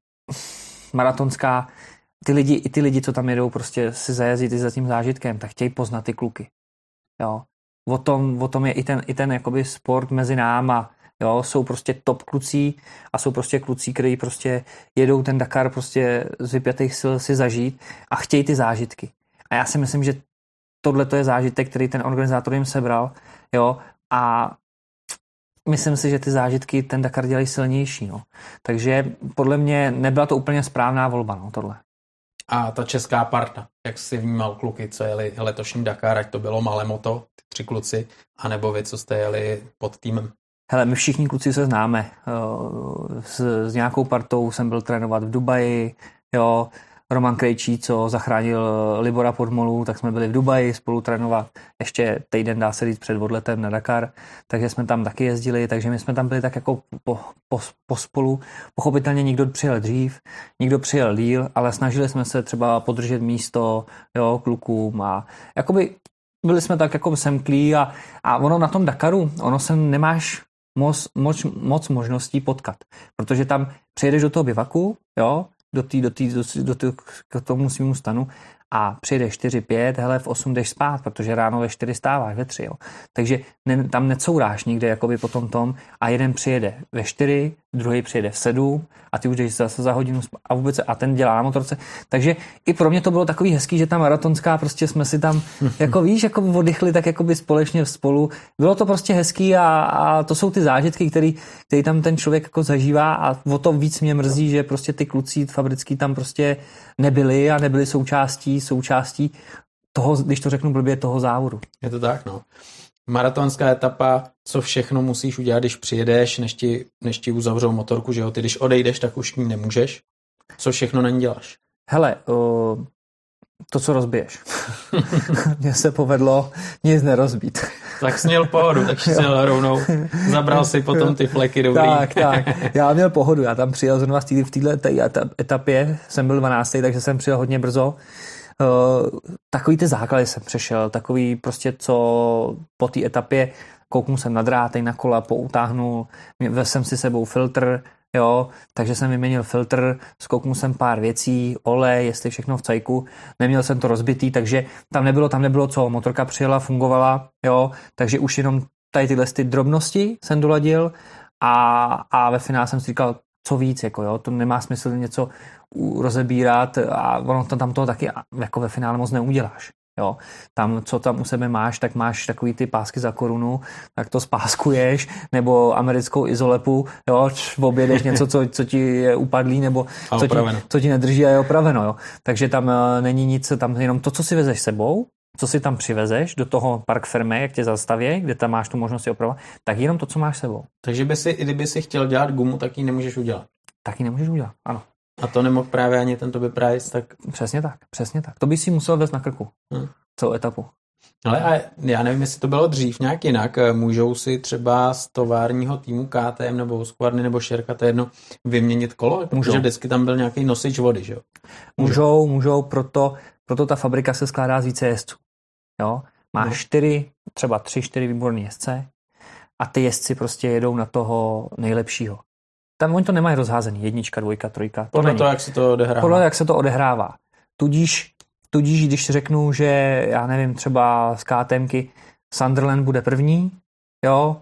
maratonská, ty lidi, co tam jedou prostě si zajezdit i za tím zážitkem, tak chtějí poznat ty kluky. Jo. O tom je i ten jakoby sport mezi náma. Jo. Jsou prostě top kluci a jsou prostě kluci, kteří prostě jedou ten Dakar prostě z vypjatých sil si zažít a chtějí ty zážitky. A já si myslím, že tohle to je zážitek, který ten organizátor jim sebral, jo. A myslím si, že ty zážitky ten Dakar dělají silnější. No. Takže podle mě nebyla to úplně správná volba, no, tohle. A ta česká parta, jak jsi vnímal kluky, co jeli letošní Dakar, ať to bylo Malé moto, ty 3 kluci, anebo vy, co jste jeli pod týmem? Hele, my všichni kluci se známe. S nějakou partou jsem byl trénovat v Dubaji, jo. Roman Krejčí, co zachránil Libora Podmolu, tak jsme byli v Dubaji spolu trénovat ještě týden, dá se říct, před odletem na Dakar, takže jsme tam taky jezdili, takže my jsme tam byli tak jako pospolu. Pochopitelně někdo přijel dřív, někdo přijel díl, ale snažili jsme se třeba podržet místo, jo, klukům a jakoby byli jsme tak jako semklí a ono na tom Dakaru, nemáš moc možností potkat, protože tam přijedeš do toho bivaku, jo, k tomu svýmu stanu a přijde 4-5, hele, v 8 jdeš spát, protože ráno ve 4 stáváš, ve 3, jo. Takže tam necouráš nikde jakoby po tom a jeden přijede ve 4, druhý přijede v 7 a ty už jdeš zase za hodinu a vůbec a ten dělá na motorce. Takže i pro mě to bylo takový hezký, že ta maratonská prostě jsme si tam jako víš, jako oddychli tak jakoby společně spolu. Bylo to prostě hezký a to jsou ty zážitky, který tam ten člověk jako zažívá a o to víc mě mrzí, že prostě ty kluci fabrický tam prostě nebyli a nebyli součástí toho, když to řeknu blbě, toho závodu. Je to tak, no. Maratonská etapa, co všechno musíš udělat, když přijedeš, než ti uzavřou motorku, že jo? Ty když odejdeš, tak už ní nemůžeš. Co všechno na ní děláš? Hele, to, co rozbiješ. Mně se povedlo nic nerozbít. Tak jsi měl pohodu, tak jsi měl rovnou. Zabral si potom ty fleky dobrý. Tak. Já měl pohodu. Já tam přijel zrovna v této etapě, jsem byl 12, takže jsem přijel hodně brzo. Takový ty základy jsem přešel, takový prostě, co po té etapě kouknu jsem na dráty, na kola, poutáhnul, vezl jsem si sebou filtr, jo, takže jsem vyměnil filtr, zkouknul jsem pár věcí, olej, jestli všechno v cajku, neměl jsem to rozbitý, takže tam nebylo co, motorka přijela, fungovala, jo, takže už jenom tady tyhle ty drobnosti jsem doladil a ve finále jsem si říkal, co víc, jako jo, to nemá smysl něco rozebírat a ono tam toho taky jako ve finále moc neuděláš. Jo. Tam, co tam u sebe máš, tak máš takový ty pásky za korunu, tak to spáskuješ, nebo americkou izolepu, jo, objedeš něco, co ti je upadlý, nebo co ti nedrží a je opraveno. Jo. Takže tam není nic, tam jenom to, co si vezeš sebou, co si tam přivezeš do toho park firmy, jak tě zastaví, kde tam máš tu možnost si opravovat, tak jenom to, co máš sebou. Takže kdyby si chtěl dělat gumu, tak ji nemůžeš udělat. Tak ji nemůžeš udělat, ano. A to nemohl právě ani ten Toby Price, tak... Přesně tak. To by si musel vést na krku. Celou etapu. Ale a já nevím, jestli to bylo dřív nějak jinak. Můžou si třeba z továrního týmu KTM nebo Husqvarny nebo Sherka, to je jedno, vyměnit kolo? Protože vždycky tam byl nějaký nosič vody, že jo? Můžou, proto ta fabrika se skládá z více jezdců. Jo? Máš 3-4 výborný jezdce a ty jezdci prostě jedou na toho nejlepšího. Tam oni to nemají rozházený. 1, 2, 3. Podle toho, jak se to odehrává. Podle jak se to odehrává. Tudíž, když řeknu, že já nevím, třeba z KTMky Sunderland bude první, jo,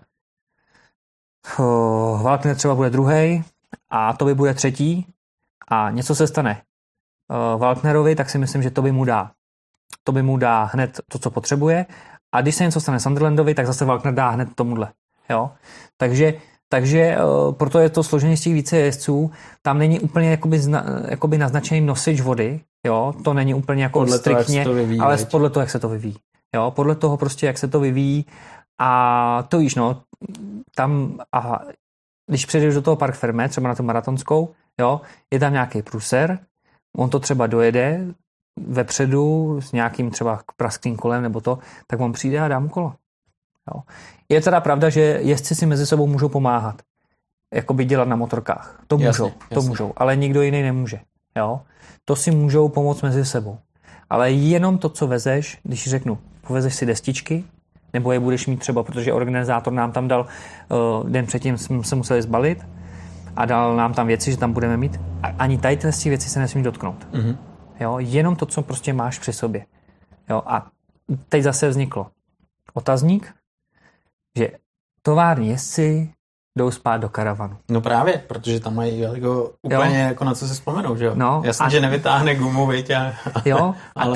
Walkner třeba bude druhý a Toby bude třetí a něco se stane Walknerovi, tak si myslím, že Toby mu dá hned to, co potřebuje a když se něco stane Sunderlandovi, tak zase Walkner dá hned tomuhle. Jo? Takže proto je to složení z těch více jezdců. Tam není úplně jakoby naznačený nosič vody. Jo? To není úplně jako podle striktně, toho, vyvíjí, ale podle toho, jak se to vyvíjí. Jo? Podle toho prostě, jak se to vyvíjí. A to víš, no, tam, když přijdeš do toho park firmy, třeba na tu maratonskou, jo, je tam nějaký průser, on to třeba dojede vepředu s nějakým třeba praským kolem nebo to, tak on přijde a dá mu kolo. Jo. Je teda pravda, že jezdci si mezi sebou můžou pomáhat. Jakoby dělat na motorkách. To můžou, ale nikdo jiný nemůže. Jo. To si můžou pomoct mezi sebou. Ale jenom to, co vezeš, když řeknu, povezeš si destičky, nebo je budeš mít třeba, protože organizátor nám tam dal, den předtím jsme se museli zbalit a dal nám tam věci, že tam budeme mít. A ani tady ty věci se nesmí dotknout. Mm-hmm. Jo, jenom to, co prostě máš při sobě. Jo, a teď zase vzniklo otazník, že tovární jezdci jdou spát do karavanu. No právě, protože tam mají jako úplně jako na co se vzpomenou, že jo? No, jasně, že nevytáhne gumu, viď? Jo,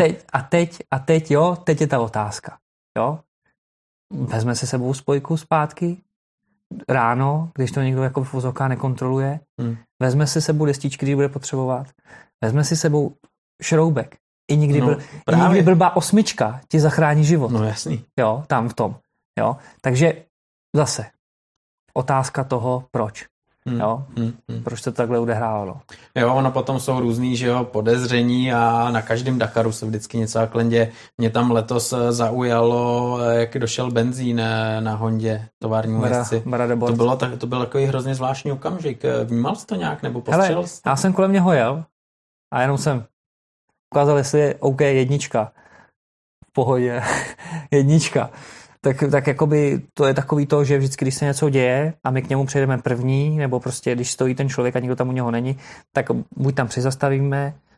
a teď je ta otázka. Jo? Vezme se sebou spojku zpátky ráno, když to někdo jako v vozovkách nekontroluje. Vezme si sebou destičky, když bude potřebovat. Vezme si sebou šroubek. I někdy blbá 8 ti zachrání život. No jasný. Jo, tam v tom. Jo, takže zase otázka toho, proč. Jo? Proč to takhle odehrávalo. Jo, ono potom jsou různý, že jo, podezření a na každém Dakaru se vždycky něco takhle děje. Mě tam letos zaujalo, jak došel benzín na Hondě továrnímu jezdci. To byl takový hrozně zvláštní okamžik. Vnímal jsi to nějak nebo postřel jsi? Já jsem kolem něho jel a jenom jsem ukázal, jestli je OK 1. V pohodě. 1. Tak jakoby to je takový to, že vždycky, když se něco děje a my k němu přejdeme první, nebo prostě když stojí ten člověk a nikdo tam u něho není, tak buď tam přizastavíme,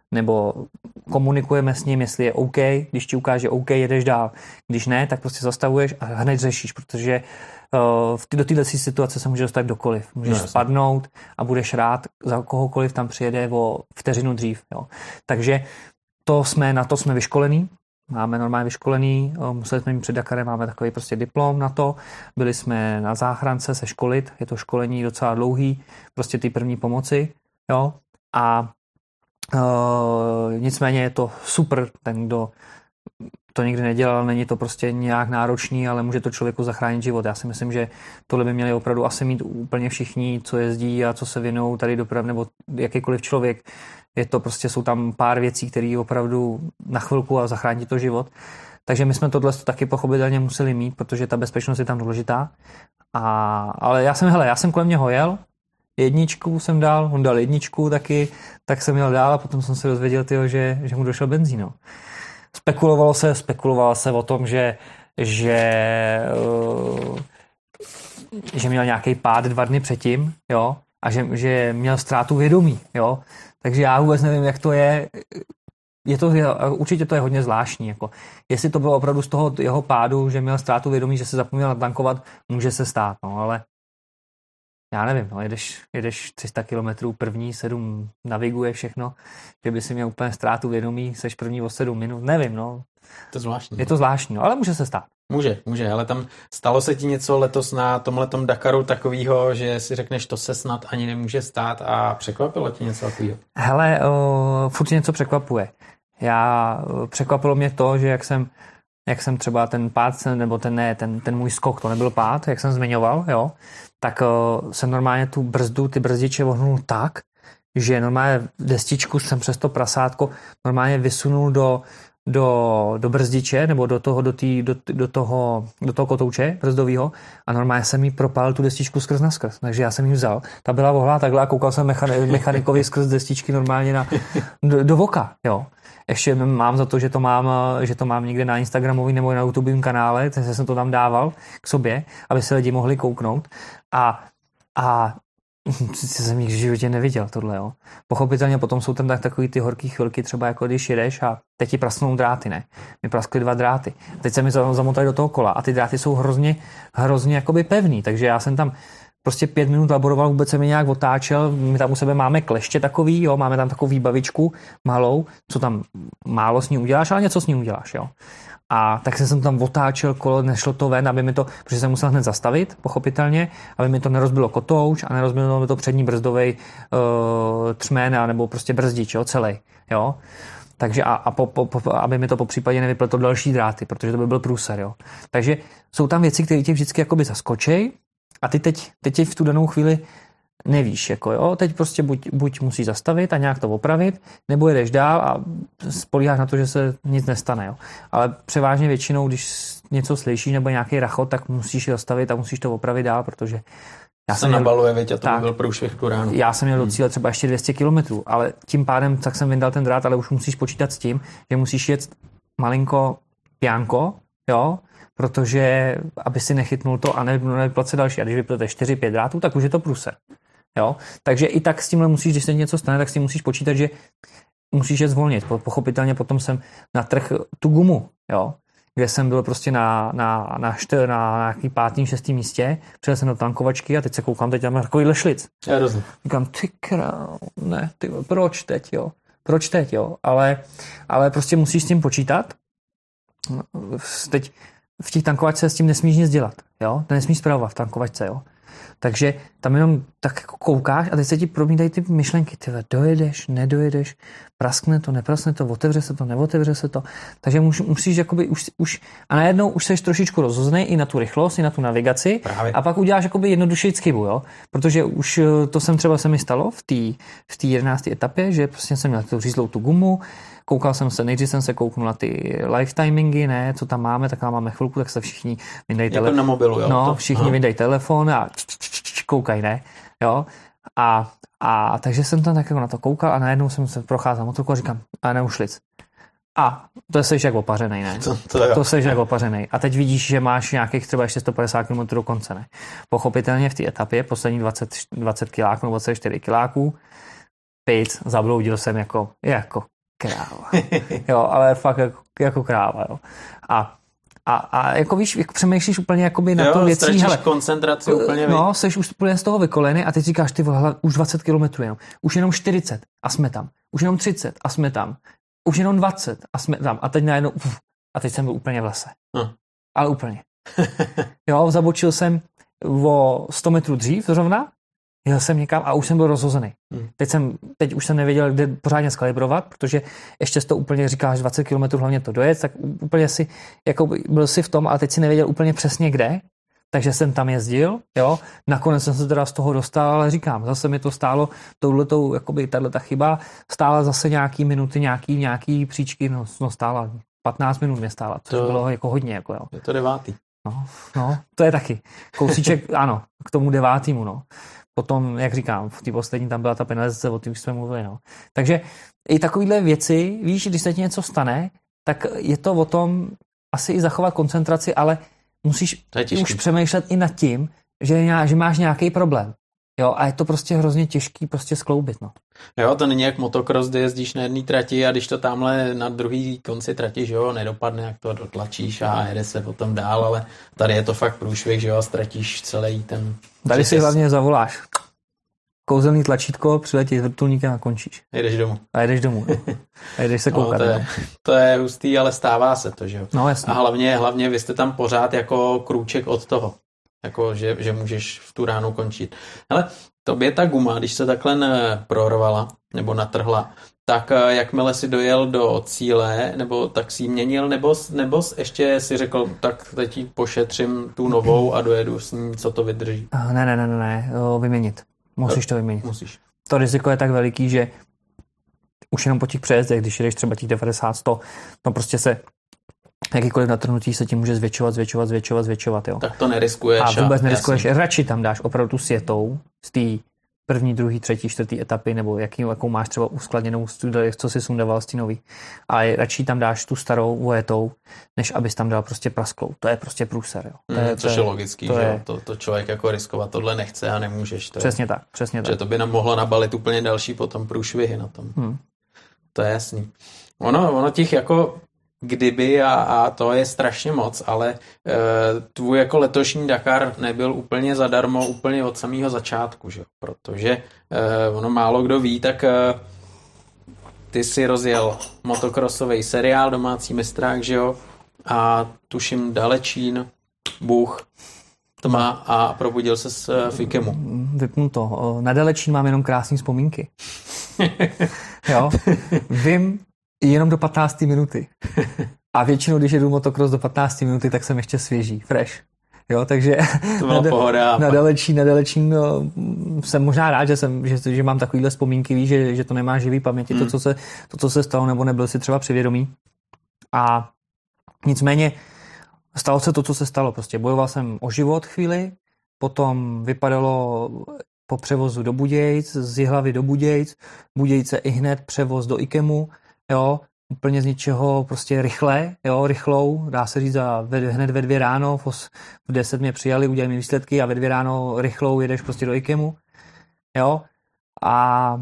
nebo komunikujeme s ním, jestli je OK, když ti ukáže OK, jedeš dál. Když ne, tak prostě zastavuješ a hned řešíš, protože do této situace se může dostat kdokoliv. Můžeš spadnout a budeš rád za kohokoliv tam přijede o vteřinu dřív. Jo. Takže na to jsme vyškolení. Máme normálně vyškolený, museli jsme mít před Dakarem, máme takový prostě diplom na to. Byli jsme na záchrance se školit, je to školení docela dlouhý, prostě ty první pomoci. Jo. A nicméně je to super, ten, kdo to nikdy nedělal, není to prostě nějak náročný, ale může to člověku zachránit život. Já si myslím, že tohle by měli opravdu asi mít úplně všichni, co jezdí a co se věnují tady dopravy, nebo jakýkoliv člověk. Je to prostě, jsou tam pár věcí, které opravdu na chvilku a zachrání to život. Takže my jsme tohle taky pochopitelně museli mít, protože ta bezpečnost je tam důležitá. Ale já jsem kolem něho jel, jedničku jsem dal, on dal jedničku taky, tak jsem jel dál a potom jsem se dozvěděl, že mu došel benzín. No. Spekulovalo se o tom, že měl nějaký pád 2 dny předtím, jo, a že měl ztrátu vědomí, jo. Takže já vůbec nevím, jak to je. Určitě to je hodně zvláštní. Jako. Jestli to bylo opravdu z toho jeho pádu, že měl ztrátu vědomí, že se zapomněl natankovat, může se stát, no, ale já nevím, no, jedeš 300 km první, 7 naviguje všechno, že by si měl úplně ztrátu vědomí, seš první o 7 minut, nevím, no. To je zvláštní. Je to zvláštní, no, ale může se stát. Může, ale tam stalo se ti něco letos na tomhletom Dakaru takového, že si řekneš, to se snad ani nemůže stát a překvapilo ti něco takového? Hele, furt něco překvapuje. Překvapilo mě to, že jak jsem třeba ten pád, nebo ten můj skok, to nebyl pád, jak jsem zmiňoval, jo, tak jsem normálně ty brzdiče ohnul tak, že normálně destičku jsem přes to prasátko normálně vysunul do brzdiče, nebo do toho kotouče brzdového a normálně jsem jí propálil tu destičku skrz na skrz. Takže já jsem ji vzal. Ta byla vohlá takhle a koukal jsem mechanikovi skrz destičky normálně do voka, jo. Ještě mám za to, že to mám někde na Instagramový nebo na YouTubovém kanále, takže jsem to tam dával k sobě, aby se lidi mohli kouknout. A jsem jich v životě neviděl tohle, jo. Pochopitelně potom jsou tam takový ty horký chvilky, třeba jako když jedeš a teď ti prasknou dráty, ne. Mi praskly 2 dráty. Teď se mi zamotali do toho kola a ty dráty jsou hrozně jakoby pevný, takže já jsem tam prostě 5 minut laboroval, vůbec se mi nějak otáčel, my tam u sebe máme kleště takový, jo, máme tam takovou výbavičku malou, co tam málo s ní uděláš, ale něco s ní uděláš, jo. A tak jsem tam otáčel kolo, nešlo to ven, protože jsem musel hned zastavit, pochopitelně, aby mi to nerozbilo kotouč a nerozbilo mi to přední brzdovej třmén nebo prostě brzdič, jo, celý, jo. Takže aby mi to popřípadě nevypletlo další dráty, protože to by byl průser, jo. Takže jsou tam věci, které tě vždycky jakoby zaskočí a ty teď v tu danou chvíli nevíš, jako jo, teď prostě buď musíš zastavit a nějak to opravit, nebo jedeš dál a spolíháš na to, že se nic nestane, jo. Ale převážně většinou, když něco slyšíš nebo nějaký rachot, tak musíš zastavit a musíš to opravit dál, protože nabaluje, věď, a to by byl průšvih tu ránu. Já jsem měl do cíle třeba ještě 200 kilometrů, ale tím pádem tak jsem vyndal ten drát, ale už musíš počítat s tím, že musíš jet malinko piánko, jo, protože aby si nechytnul to a nevyplat se další. A když vyplete 4-5 drátů, tak už je to průser. Jo? Takže i tak s tímhle musíš, když se něco stane, tak s tím musíš počítat, že musíš je zvolnit. Pochopitelně potom jsem natrhl tu gumu, jo? Kde jsem byl prostě na nějaký 5., 6. místě, přijel jsem do tankovačky a teď se koukám, teď mám takovýhle šlic. Říkám, ty král, ne, ty, proč teď, jo? Ale prostě musíš s tím počítat. Teď v těch tankovačce s tím nesmíš nic dělat, jo? To nesmíš spravovat v tankovačce, jo? Takže tam jenom tak jako koukáš a teď se ti promítají ty myšlenky. Ty dojedeš, nedojedeš, praskne to, nepraskne to, otevře se to, neotevře se to. Takže musíš jakoby už a najednou už seš trošičku rozhozený i na tu rychlost, i na tu navigaci. Právě. A pak uděláš jakoby jednodušší chybu, jo? Protože už to se mi stalo v té 11. etapě, že prostě jsem měl tu řízlou tu gumu, nejdřív jsem se kouknul na ty lifetimingy, ne, co tam máme, tak máme chvilku, tak se všichni vyndají telefon. Jako na mobilu, jo? No, všichni vyndají telefon a koukají, ne, jo. A takže jsem tam tak jako na to koukal a najednou jsem se procházel motorku a říkám, a neušlic. A to jsi jak opařenej, ne? To jsi jak opařenej. A teď vidíš, že máš nějakých třeba ještě 150 km do konce, ne? Pochopitelně v té etapě poslední 20 kiláků nebo 24 kiláků zabloudil jsem jako kráva. Jo, ale fakt jako kráva, jo. A jako víš, jako přemýšlíš úplně jakoby na to věcí, hele, koncentraci úplně. No, seš už úplně z toho vykolený a ty říkáš, ty vole, už 20 kilometrů jenom. Už jenom 40 a jsme tam. Už jenom 30 a jsme tam. Už jenom 20 a jsme tam. A teď najednou, a teď jsem byl úplně v lese. Ale úplně. Jo, zabočil jsem o 100 metrů dřív zrovna, jel jsem někam a už jsem byl rozhozený. Teď už jsem nevěděl, kde pořádně skalibrovat, protože ještě to úplně říkáš 20 km hlavně to dojet, tak úplně si, jako byl si v tom, ale teď si nevěděl úplně přesně kde, takže jsem tam jezdil, jo. Nakonec jsem se teda z toho dostal, ale říkám, zase mi to stálo touhletou, jakoby tato chyba, stála zase nějaký minuty, nějaký příčky, no stála 15 minut mě stála, což bylo jako hodně, jako jo. Je to 9. No, to je taky. Kousíček, ano, k tomu 9. no. Potom, jak říkám, v té poslední tam byla ta penalizace, o té už jsme mluvili, no. Takže i takovýhle věci, víš, když se ti něco stane, tak je to o tom asi i zachovat koncentraci, ale musíš už přemýšlet i nad tím, že máš nějaký problém. Jo, a je to prostě hrozně těžký prostě skloubit, no. Jo, to není jak motocross, kdy jezdíš na jedné trati a když to tamhle na druhý konci trati, že jo, nedopadne, jak to dotlačíš a jede se potom dál, ale tady je to fakt průšvih, že jo, ztratíš celý ten... Tady si hlavně zavoláš kouzelný tlačítko, přiletí s vrtulníkem a končíš. Jedeš domů. A jedeš domů, no. A jedeš se koukat. No, to je hustý, ale stává se to, že jo. No, jasně. A hlavně vy jste tam pořád jako krůček od toho. Jako, že můžeš v tu ránu končit. Ale tobě ta guma, když se takhle prorvala nebo natrhla, tak jakmile si dojel do cíle, nebo tak si ji měnil, nebo ještě si řekl, tak teď ji pošetřím tu novou a dojedu s ní, co to vydrží. Ne, vyměnit. Musíš to vyměnit. Musíš. To riziko je tak veliký, že už jenom po těch přejezdech, když jedeš třeba těch 90-100, to prostě se jakýkoliv natrhnutí se ti může zvětšovat, jo. Tak to neriskuješ. A vůbec neriskuješ. Jasný. Radši tam dáš opravdu tu sjetou z té první, druhý, třetí, čtvrtý etapy, nebo jakou máš třeba uskladněnou, co si sundával z té nový. Ale radši tam dáš tu starou vojetou, než abys tam dal prostě prasklou. To je prostě průser, jo. Což je logický, že to člověk jako riskovat tohle nechce a nemůžeš. Přesně tak. Že to by nám mohlo nabalit úplně další potom průšvihy na tom. To je jasný. Ono těch jako kdyby a to je strašně moc, ale tvůj jako letošní Dakar nebyl úplně zadarmo, úplně od samého začátku, že? Protože ono málo kdo ví, tak ty si rozjel motocrossový seriál Domácí mistrák, že jo? A tuším Dalečín, Bůh, tma a probudil se v Ikemu. Vypnu to. Na Dalečín mám jenom krásné vzpomínky. Jo? Vím jenom do 15. minuty. A většinou, když jedu motocross do 15 minuty, tak jsem ještě svěží, fresh. Jo, takže na Dalečín jsem možná rád, že mám takovýhle vzpomínky, víš, že to nemá živý paměti, to, co se stalo, nebo nebyl si třeba přivědomý. A nicméně stalo se to, co se stalo. Prostě bojoval jsem o život chvíli, potom vypadalo po převozu do Budějc, z Jihlavy do Budějc, Budějce i hned převoz do Ikemu, jo, úplně z ničeho prostě rychlou, dá se říct, hned ve 2 ráno, v 10 mě přijali, udělali mi výsledky a ve 2 ráno rychlou jedeš prostě do Ikemu, jo, a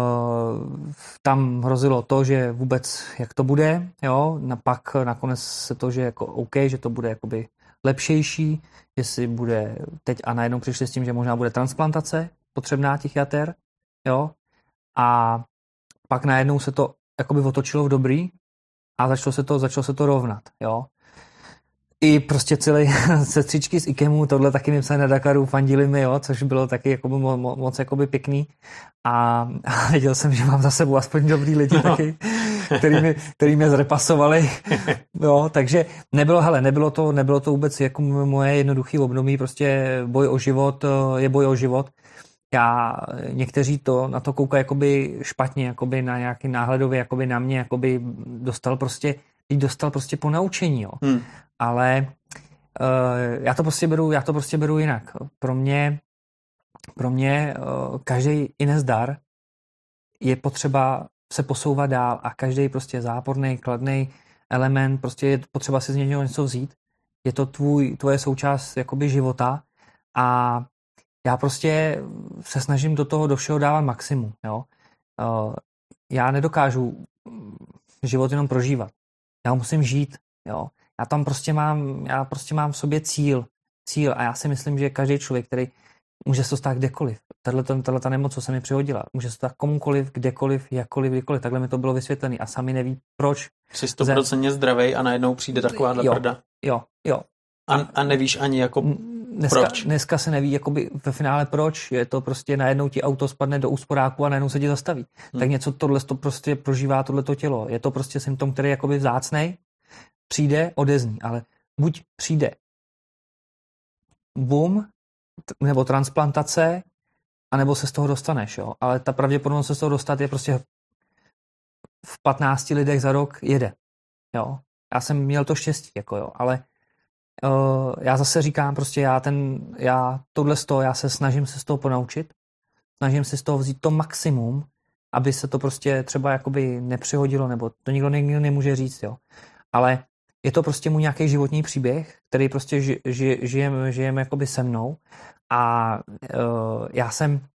tam hrozilo to, že vůbec jak to bude, jo, pak nakonec se to, že jako OK, že to bude jakoby lepšejší, jestli bude teď a najednou přišli s tím, že možná bude transplantace potřebná těch jater, jo, a pak najednou se to jakoby otočilo v dobrý a začalo se to rovnat, jo. I prostě celý sestřičky z Ikemu, tohle taky mi psali na Dakaru, fandili mi, jo, což bylo taky jakoby moc jakoby pěkný a věděl jsem, že mám za sebou aspoň dobrý lidi taky, který mě zrepasovali, jo, takže nebylo to vůbec jako moje jednoduché období, prostě boj o život je boj o život. Někteří to na to koukají jakoby špatně, jakoby na nějaký náhledově, jakoby na mě, jakoby dostal prostě po naučení, jo. Ale já to prostě beru jinak. Pro mě každý i nezdar je potřeba se posouvat dál a každý prostě záporný, kladný element, prostě je potřeba si z něj něco vzít. Je to tvoje součást jakoby života a já prostě se snažím do všeho dávat maximum, jo. Já nedokážu život jenom prožívat. Já ho musím žít, jo. Já prostě mám v sobě cíl a já si myslím, že každý člověk, který může se to stát kdekoliv. Tato nemoc, co se mi přihodila, může se to stát komukoliv, kdekoliv, jakkoliv, kdykoliv. Takhle mi to bylo vysvětlené a sami neví, proč. Jsi 100% zdravej a najednou přijde takováhle prda. Jo. A nevíš ani jako proč. Dneska se neví jakoby ve finále proč. Je to prostě najednou ti auto spadne do úsporáku a najednou se ti zastaví. Tak něco tohle to prostě prožívá tohleto tělo. Je to prostě symptom, který je jakoby vzácnej, přijde, odezní, ale buď přijde boom, nebo transplantace, anebo se z toho dostaneš, jo. Ale ta pravděpodobnost se z toho dostat je prostě v 15 lidech za rok jede, jo. Já jsem měl to štěstí, jako jo, ale já zase říkám prostě já se snažím se z toho ponaučit, snažím se z toho vzít to maximum, aby se to prostě třeba jakoby nepřihodilo, nebo to nikdo nemůže říct, jo. Ale je to prostě můj nějaký životní příběh, který prostě žijeme jakoby se mnou a já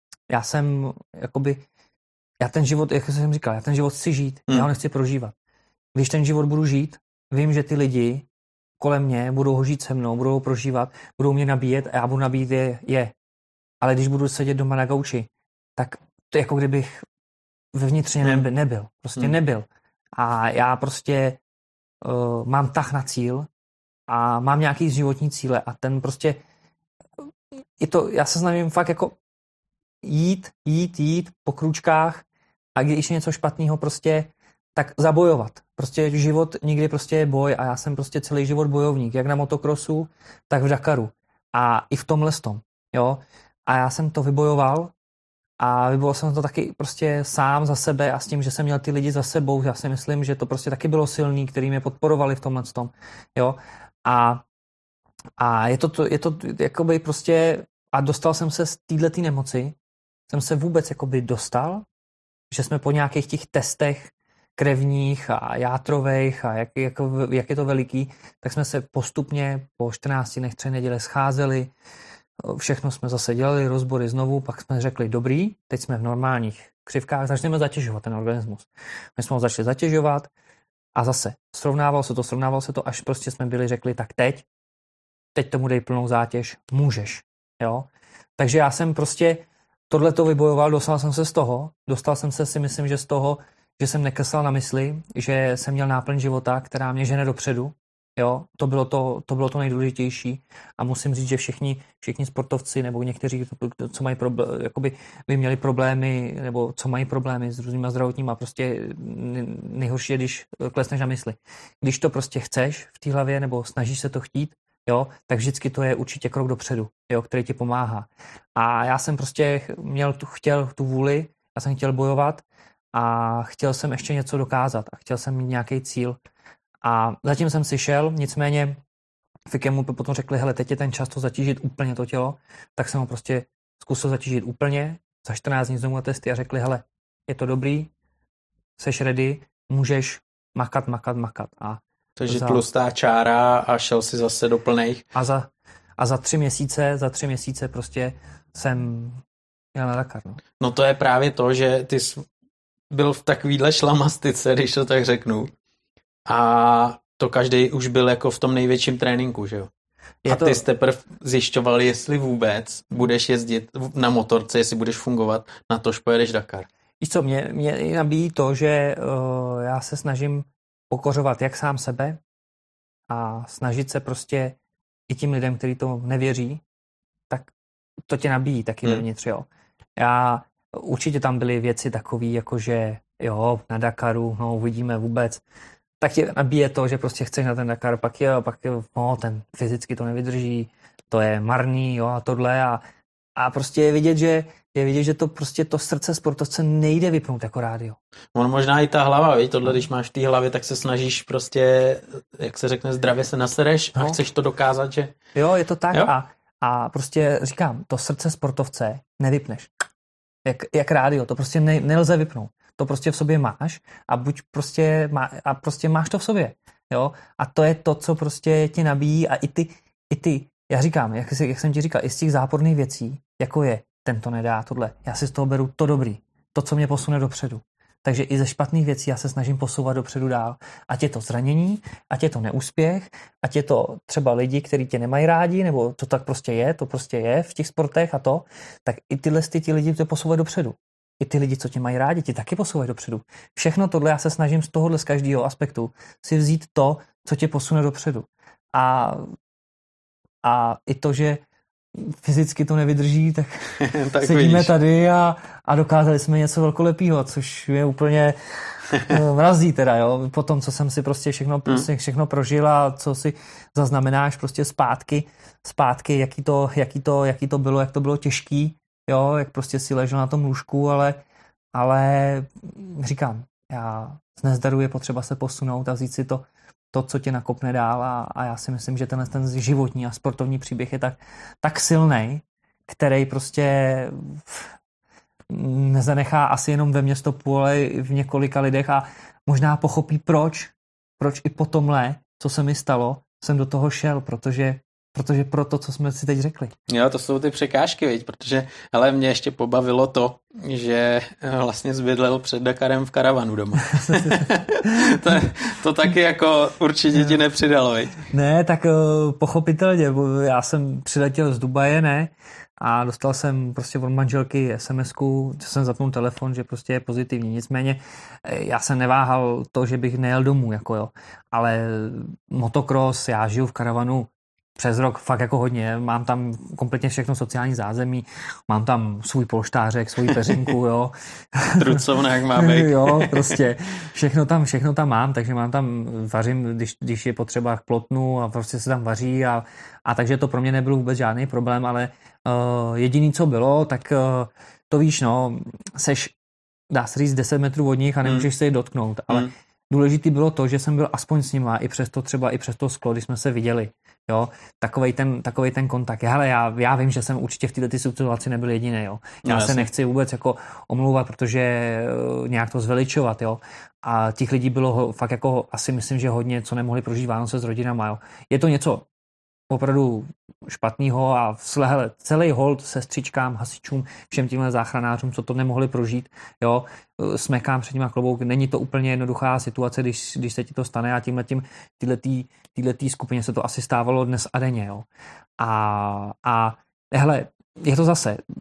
ten život, jak jsem říkal, já ten život chci žít, já ho nechci prožívat. Když ten život budu žít, vím, že ty lidi kolem mě budou ho žít se mnou, budou ho prožívat, budou mě nabíjet a já budu nabíjet je. Ale když budu sedět doma na gauči, tak to je jako kdybych vevnitřně nebyl. Prostě nebyl. A já prostě mám tah na cíl a mám nějaký životní cíle a ten prostě já se snažím fakt jako jít po krůčkách a když je něco špatného prostě, tak zabojovat. Prostě život někdy prostě je boj a já jsem prostě celý život bojovník, jak na motokrosu, tak v Dakaru. A i v tomhle tom, jo. A já jsem to vybojoval a vybojoval jsem to taky prostě sám za sebe a s tím, že jsem měl ty lidi za sebou, já si myslím, že to prostě taky bylo silný, který mě podporovali v tomhle tom, jo. A je to jakoby prostě a dostal jsem se z této nemoci, jsem se vůbec jakoby dostal, že jsme po nějakých těch testech krevních a játrových a jak je to veliký, tak jsme se postupně po 14 dnech 3 neděle scházeli, všechno jsme zase dělali, rozbory znovu, pak jsme řekli dobrý, teď jsme v normálních křivkách, začneme zatěžovat ten organismus. My jsme ho začali zatěžovat a zase srovnával se to, až prostě jsme řekli, tak teď tomu dej plnou zátěž, můžeš, jo. Takže já jsem prostě tohleto vybojoval, dostal jsem se si myslím, že z toho, že jsem nekesal na mysli, že jsem měl náplň života, která mě žene dopředu, jo, to bylo to nejdůležitější a musím říct, že všichni sportovci nebo někteří, co mají jakoby by měli problémy, nebo co mají problémy s různýma zdravotníma, prostě nejhorší je, když klesneš na mysli. Když to prostě chceš v té hlavě, nebo snažíš se to chtít, jo, tak vždycky to je určitě krok dopředu, jo, který ti pomáhá. A já jsem prostě chtěl tu vůli, já jsem chtěl bojovat a chtěl jsem ještě něco dokázat a chtěl jsem mít nějaký cíl. A zatím jsem si šel, nicméně Fikemu potom řekli, hele, teď je ten čas to zatížit úplně to tělo, tak jsem ho prostě zkusil zatížit úplně, za 14 dní znovu na testy a řekli, hele, je to dobrý, seš ready, můžeš makat. Takže tlustá čára a šel si zase do plných. A za 3 měsíce prostě jsem jel na Dakar. No to je právě to, že ty jsi byl v takovýhle šlamastice, když to tak řeknu. A to každý už byl jako v tom největším tréninku, že jo? A ty jsi teprve zjišťoval, jestli vůbec budeš jezdit na motorce, jestli budeš fungovat, na tož pojedeš Dakar. Víš co, mě nabíjí to, že já se snažím pokořovat jak sám sebe a snažit se prostě i tím lidem, kteří to nevěří, tak to tě nabíjí taky vevnitř, jo. Určitě tam byly věci takové, jako že jo, na Dakaru, no uvidíme vůbec, tak tě nabíje to, že prostě chceš na ten Dakar, pak ten fyzicky to nevydrží, to je marný, jo, a tohle a prostě je vidět, že to prostě to srdce sportovce nejde vypnout jako rádio. On možná i ta hlava, víš, tohle, když máš v té hlavě, tak se snažíš prostě, jak se řekne, zdravě se nasereš a chceš to dokázat, že... Jo, je to tak a prostě říkám, to srdce sportovce nevypneš. Jak rádio, to prostě nelze vypnout. To prostě v sobě máš a prostě máš to v sobě, jo. A to je to, co prostě tě nabíjí a i ty, já říkám, jak jsem ti říkal, i z těch záporných věcí, jako je, ten to nedá, tohle, já si z toho beru to dobrý, to, co mě posune dopředu. Takže i ze špatných věcí já se snažím posouvat dopředu dál. Ať je to zranění, ať je to neúspěch, ať je to třeba lidi, kteří tě nemají rádi, nebo to tak prostě je v těch sportech a to, tak i ty lidi tě posouvají dopředu. I ty lidi, co tě mají rádi, ti taky posouvají dopředu. Všechno tohle já se snažím z tohohle z každého aspektu si vzít to, co tě posune dopředu. A i to, že fyzicky to nevydrží, tak, tak sedíme vidíš. Tady a dokázali jsme něco velkolepého, což je úplně mrazí teda, jo. Po tom, co jsem si prostě všechno prožil a co si zaznamenáš prostě zpátky, jaký to bylo, jak to bylo těžký, jo, jak prostě si ležel na tom lůžku, ale říkám, z nezdaru je potřeba se posunout a vzít si to, co tě nakopne dál a já si myslím, že ten životní a sportovní příběh je tak silnej, který prostě nezanechá asi jenom ve mně stopu, ale i v několika lidech a možná pochopí proč i po tomhle, co se mi stalo, jsem do toho šel, protože pro to, co jsme si teď řekli. Jo, to jsou ty překážky, viď? Protože, ale mě ještě pobavilo to, že vlastně zbydlel před Dakarem v karavanu doma. to taky jako určitě ti nepřidalo, viď? Ne, tak pochopitelně, já jsem přiletěl z Dubaje, ne? A dostal jsem prostě od manželky SMS-ku, že jsem zapnul telefon, že prostě je pozitivní. Nicméně já jsem neváhal to, že bych nejel domů, jako jo. Ale motocross, já žiju v karavanu přes rok fakt jako hodně, mám tam kompletně všechno sociální zázemí, mám tam svůj polštářek, svoji peřinku, jo. Trucovnák máme. Jo, prostě všechno tam mám, takže mám tam, vařím, když je potřeba k plotnu a prostě se tam vaří a takže to pro mě nebyl vůbec žádný problém, ale jediný, co bylo, tak to víš, no, seš, dá se říct 10 metrů od nich a nemůžeš se jich dotknout, ale důležitý bylo to, že jsem byl aspoň s nima i přes to sklo, když jsme se viděli. Jo, takovej ten kontakt. Hele, já vím, že jsem určitě v této situaci nebyl jediný, jo. Já se nechci vůbec jako omlouvat, protože nějak to zveličovat, jo. A těch lidí bylo fakt jako asi myslím, že hodně, co nemohli prožít Vánoce s rodinama, jo. Je to něco opravdu špatného a hele, celý hold sestřičkám, hasičům, všem těmhle záchranářům, co to nemohli prožít, jo, smekám před nima klobouk. Není to úplně jednoduchá situace, když se ti to stane a týhletý skupině se to asi stávalo dnes a denně, jo. A hele, je to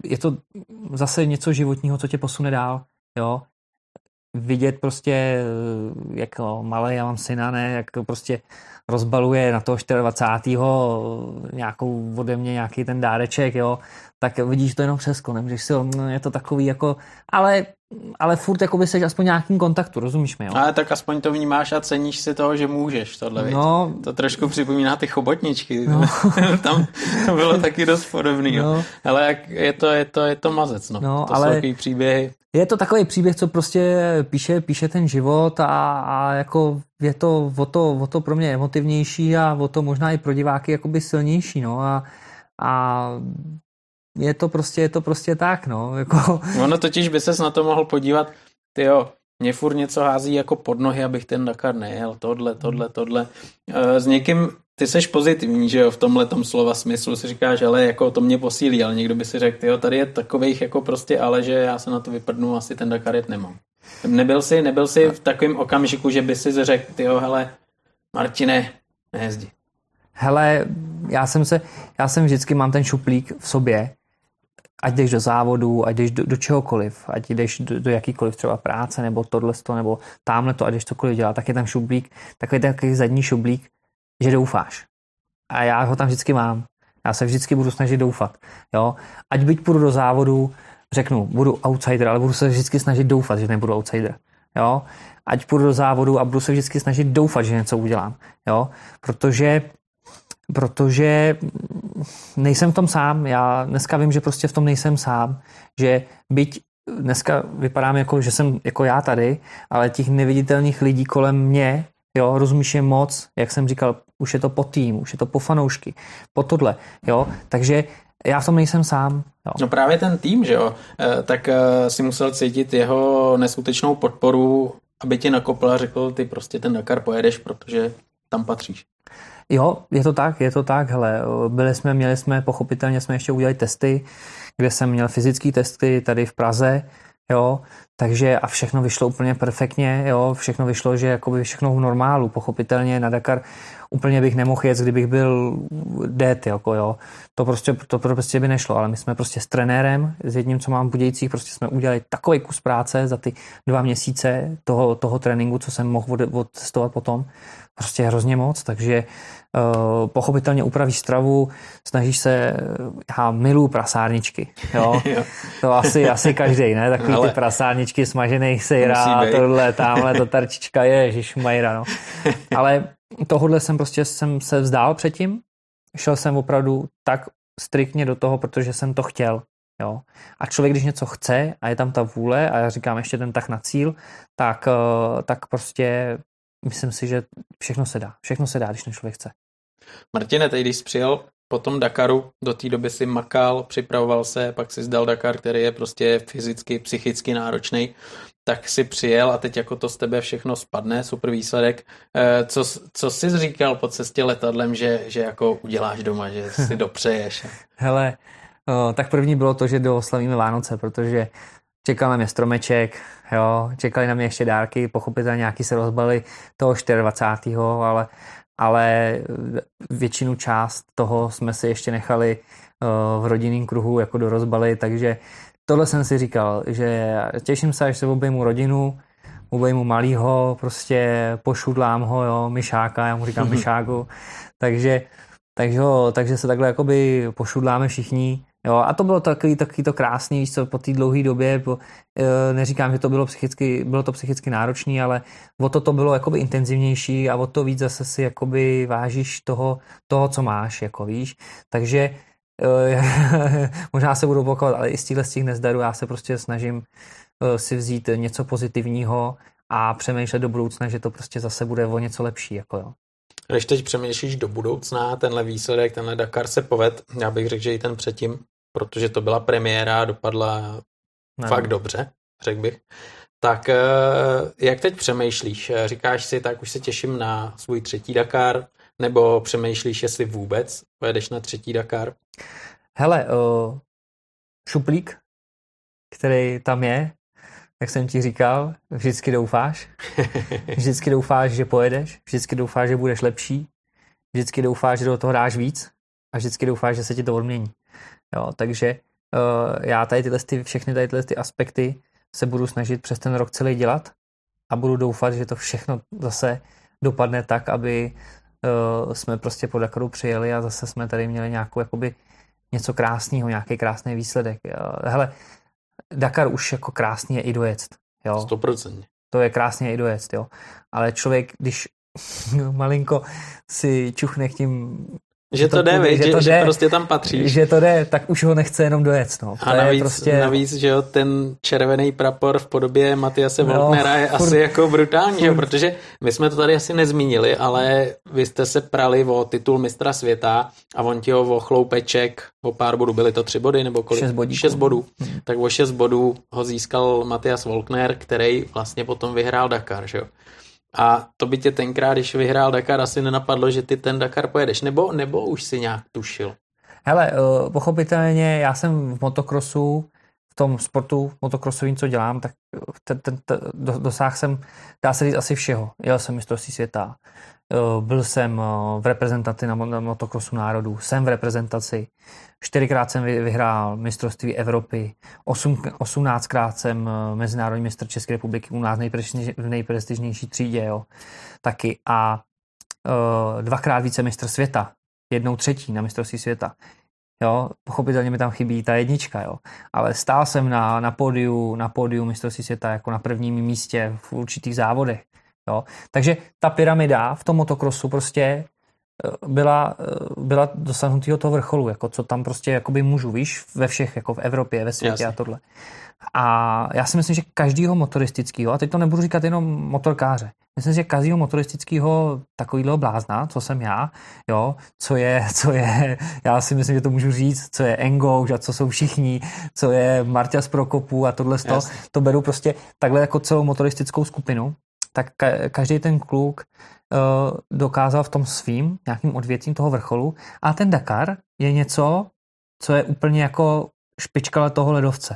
zase něco životního, co tě posune dál, jo. Vidět prostě, jak malej, já mám syna, ne, jak prostě rozbaluje na toho 24. nějakou ode mě nějaký ten dáreček, jo, tak vidíš to jenom přes sklo, nemůžeš si je to takový jako, ale furt jako by seš aspoň nějakým kontaktu, rozumíš mi, jo? Ale tak aspoň to vnímáš a ceníš si toho, že můžeš tohle, no, to trošku připomíná ty chobotničky, no. Tam to bylo taky dost podobný, jo. No. Ale jak je to mazec, no. To jsou takový příběhy. Je to takový příběh, co prostě píše ten život a jako je to o to pro mě emotivnější a o to možná i pro diváky jakoby silnější, no a je to prostě tak, no. Jako... Ono totiž by ses na to mohl podívat, tyjo, mě furt něco hází jako pod nohy, abych ten Dakar nejel, tohle. S někým, ty seš pozitivní, že jo, v tomhletom slova smyslu si říkáš, ale jako to mě posílí, ale někdo by si řekl, tyjo, tady je takových jako prostě, ale že já se na to vyprdnu, asi ten Dakar jet nemám. Nebyl jsi v takovém okamžiku, že by si řekl, tyjo, hele, Martine, nejezdi. Hele, já jsem vždycky mám ten šuplík v sobě, ať jdeš do závodu, ať jdeš do čehokoliv, ať jdeš do jakýkoliv třeba práce, nebo tohleto, nebo támhleto, ať jdeš cokoliv dělat, tak je tam šuplík, takový zadní šuplík, že doufáš. A já ho tam vždycky mám. Já se vždycky budu snažit doufat. Jo? Ať byť půjdu do závodu, řeknu, budu outsider, ale budu se vždycky snažit doufat, že nebudu outsider. Jo? Ať půjdu do závodu a budu se vždycky snažit doufat, že něco udělám. Jo? Protože nejsem v tom sám. Já dneska vím, že prostě v tom nejsem sám. Že byť dneska vypadám jako, že jsem jako já tady, ale těch neviditelných lidí kolem mě, jo, rozumíš, je moc, jak jsem říkal, už je to po tým, už je to po fanoušky, po tohle, jo, takže já v tom nejsem sám. Jo. No právě ten tým, že jo, tak si musel cítit jeho neskutečnou podporu, aby ti nakopl a řekl, ty prostě ten Dakar pojedeš, protože tam patříš. Jo, je to tak, hele, pochopitelně jsme ještě udělali testy, kde jsem měl fyzické testy tady v Praze, jo, takže a všechno vyšlo úplně perfektně, jo, všechno vyšlo, že jakoby všechno v normálu, pochopitelně na Dakar úplně bych nemohl jet, kdybych byl dead, jako jo, to prostě by nešlo, ale my jsme prostě s trenérem, s jedním, co mám v Budějcích, prostě jsme udělali takový kus práce za ty 2 měsíce toho tréninku, co jsem mohl odtestovat potom, prostě hrozně moc, takže pochopitelně upravíš stravu, snažíš se, já miluju prasárničky, jo, to asi každej, ne, takový ty prasárničky, smažený sejra, tohle, tamhle, to tarčička, ježišmajra, no, ale tohodle jsem se vzdál předtím, šel jsem opravdu tak striktně do toho, protože jsem to chtěl, jo, a člověk, když něco chce a je tam ta vůle a já říkám ještě ten tah na cíl, tak prostě myslím si, že všechno se dá, když ten člověk chce. Martine, teď když jsi přijel po tom Dakaru, do té doby si makal, připravoval se, pak si zdal Dakar, který je prostě fyzicky, psychicky náročný, tak si přijel a teď jako to z tebe všechno spadne, super výsledek. Co jsi říkal po cestě letadlem, že jako uděláš doma, že si dopřeješ? Hele, tak první bylo to, že doslavíme Vánoce, protože čekal na mě stromeček, jo, čekali na mě ještě dárky, pochopitelně nějaký se rozbali toho 24. ale většinu část toho jsme si ještě nechali v rodinném kruhu jako do rozbaly, takže tohle jsem si říkal, že těším se, až se obejmu rodinu, obejmu malýho, prostě pošudlám ho, jo, myšáka, já mu říkám myšáku, takže se takhle jakoby pošudláme všichni. Jo, a to bylo takový to krásný, víš co, po té dlouhé době, neříkám, že to bylo to psychicky náročný, ale o to bylo jakoby intenzivnější a o to víc zase si jakoby vážíš toho, co máš, jako víš. Takže možná se budu opakovat, ale i z těch nezdarů já se prostě snažím si vzít něco pozitivního a přemýšlet do budoucna, že to prostě zase bude o něco lepší, jako jo. Když teď přemýšlíš do budoucna, tenhle výsledek, tenhle Dakar se poved, já bych řekl, že i ten předtím, protože to byla premiéra, dopadla fakt dobře, řekl bych. Tak jak teď přemýšlíš? Říkáš si, tak už se těším na svůj 3. Dakar, nebo přemýšlíš, jestli vůbec pojedeš na 3. Dakar? Hele, šuplík, který tam je, jak jsem ti říkal, vždycky doufáš. Vždycky doufáš, že pojedeš, vždycky doufáš, že budeš lepší, vždycky doufáš, že do toho dáš víc a vždycky doufáš, že se ti to odmění. Jo, takže já všechny tyhle aspekty se budu snažit přes ten rok celý dělat a budu doufat, že to všechno zase dopadne tak, aby jsme prostě po Dakaru přijeli a zase jsme tady měli nějakou jakoby něco krásného, nějaký krásný výsledek. Hele, Dakar už jako krásný je i dojet. Jo? 100%. To je krásně i dojet, jo. Ale člověk, když malinko si čuchne k tím, že to jde, že prostě tam patříš. Že to jde, tak už ho nechce jenom dojet. No. A navíc, že jo, ten červený prapor v podobě Matiase Volknera je asi jako brutální, že jo, protože my jsme to tady asi nezmínili, ale vy jste se prali o titul mistra světa a on ti ho o chloupeček, o pár bodů, byly to 3 body nebo kolik? 6 bodů. Tak o 6 bodů ho získal Matias Volkner, který vlastně potom vyhrál Dakar, že jo. A to by tě tenkrát, když vyhrál Dakar, asi nenapadlo, že ty ten Dakar pojedeš, nebo už si nějak tušil? Hele, pochopitelně, já jsem v motokrosu, v tom sportu motokrosovým, co dělám, tak dosáhl jsem, dá se říct, asi všeho. Jel jsem mistrovství světa, byl jsem v reprezentaci na motokrosu národů, jsem v reprezentaci, 4krát jsem vyhrál mistrovství Evropy, 18krát jsem mezinárodní mistr České republiky u nás v nejprestižnější třídě, jo, taky a 2krát více mistr světa, 1/3 na mistrovství světa. Jo, pochopitelně mi tam chybí ta 1, jo, ale stál jsem na pódiu mistrovství světa jako na prvním místě v určitých závodech. Jo. Takže ta pyramida v tom motokrosu prostě byla dosáhnutýho toho vrcholu, jako co tam prostě jakoby můžu, víš, ve všech, jako v Evropě, ve světě. Jasně. A tohle. A já si myslím, že každýho motoristického, a teď to nebudu říkat jenom motorkáře, myslím, že každýho motoristického takovýhle blázna, co jsem já, jo, co je, já si myslím, že to můžu říct, co je Engouš a co jsou všichni, co je Marťas Prokopů a tohle to beru prostě takhle jako celou motoristickou skupinu, tak každý ten kluk dokázal v tom svým nějakým odvětvím toho vrcholu a ten Dakar je něco, co je úplně jako špička toho ledovce.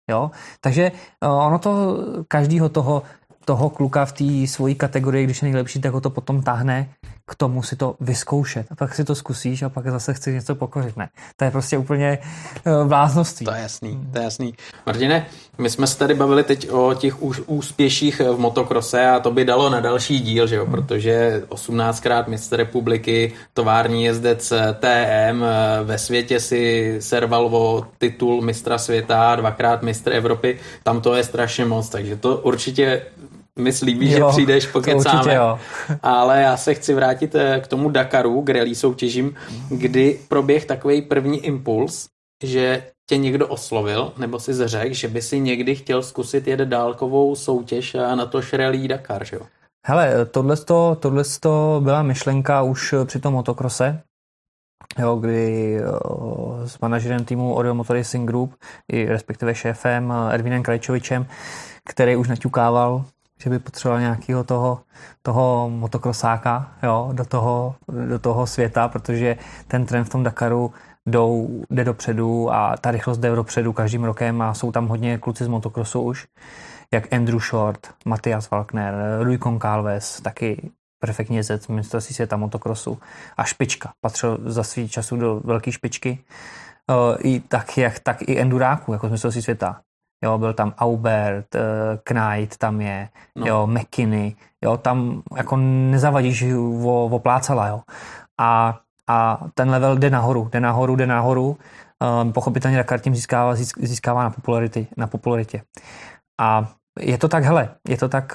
Jo? Takže ono to každýho toho kluka v té svojí kategorii, když je nejlepší, tak ho to potom táhne k tomu si to vyzkoušet. A pak si to zkusíš a pak zase chceš něco pokořit. Ne. To je prostě úplně bláznoství. To je jasný. Martine, my jsme se tady bavili teď o těch úspěších v motokrose a to by dalo na další díl, že jo? Protože 18krát mistr republiky, tovární jezdec TM, ve světě si serval o titul mistra světa, 2krát mistr Evropy, tam to je strašně moc, takže to určitě mi slíbí, že přijdeš, pokecáme. Ale já se chci vrátit k tomu Dakaru, k rally soutěžím, kdy proběh takový první impuls, že tě někdo oslovil, nebo si řekl, že by si někdy chtěl zkusit jet dálkovou soutěž a natož rally Dakar, že jo? Hele, tohleto byla myšlenka už při tom motokrose, jo, kdy s manažerem týmu Oriol Motor Racing Group, i respektive šéfem Ervinem Krajčovičem, který už naťukával, že by potřeboval nějakého toho motokrosáka, jo, do toho světa, protože ten trend v tom Dakaru jde dopředu a ta rychlost jde dopředu každým rokem a jsou tam hodně kluci z motokrosu už, jak Andrew Short, Matthias Walkner, Rui Goncalves, taky perfektní jezdec mistrovství světa motokrosu a špička, patřil za svý času do velké špičky, tak i enduráků, jako z mistrovství světa. Jo, byl tam Aubert, Knight tam je, jo, McKinney, jo, tam jako nezavadíš o plácala, jo. A ten level jde nahoru, pochopitelně Dakar tím získává na popularitě. A je to tak, je to tak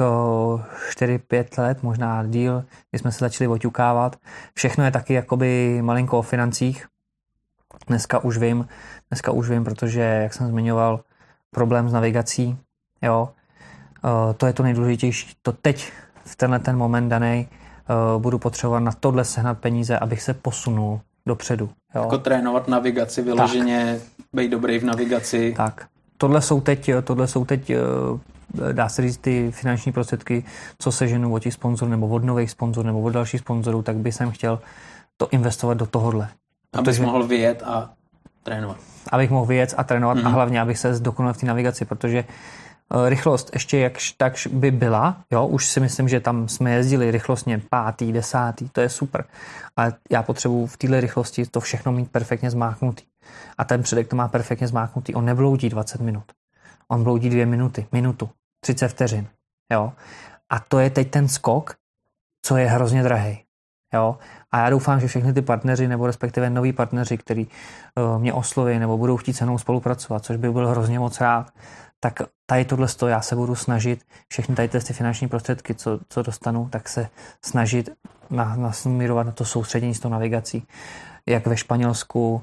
4-5 let, možná díl, kdy jsme se začali oťukávat. Všechno je taky jakoby malinko o financích. Dneska už vím, protože, jak jsem zmiňoval, problém s navigací, jo. To je to nejdůležitější. To teď, v tenhle ten moment danej, budu potřebovat na tohle sehnat peníze, abych se posunul dopředu. Jo. Jako trénovat navigaci vyloženě, být dobrý v navigaci. Tak. Tohle jsou teď, dá se říct, ty finanční prostředky, co seženu od těch sponzorů, nebo od nových sponzorů, nebo od dalších sponzorů, tak bych jsem chtěl to investovat do tohohle. Abych mohl vyjet a trénovat. Abych mohl vyjet a trénovat a hlavně, abych se zdokonal v té navigaci, protože rychlost ještě jakž tak by byla, jo, už si myslím, že tam jsme jezdili rychlostně 5., 10., to je super, ale já potřebuji v téhle rychlosti to všechno mít perfektně zmáknutý. A ten předek to má perfektně zmáknutý. On nebloudí 20 minut. On bloudí 2 minuty, minutu, 30 vteřin, jo. A to je teď ten skok, co je hrozně drahý, jo. A já doufám, že všechny ty partneři, nebo respektive noví partneři, kteří mě osloví nebo budou chtít se mnou spolupracovat, což by byl hrozně moc rád, tak tady tohle já se budu snažit, všechny tady ty finanční prostředky, co dostanu, tak se snažit nasměrovat na to soustředění s tou navigací. Jak ve Španělsku,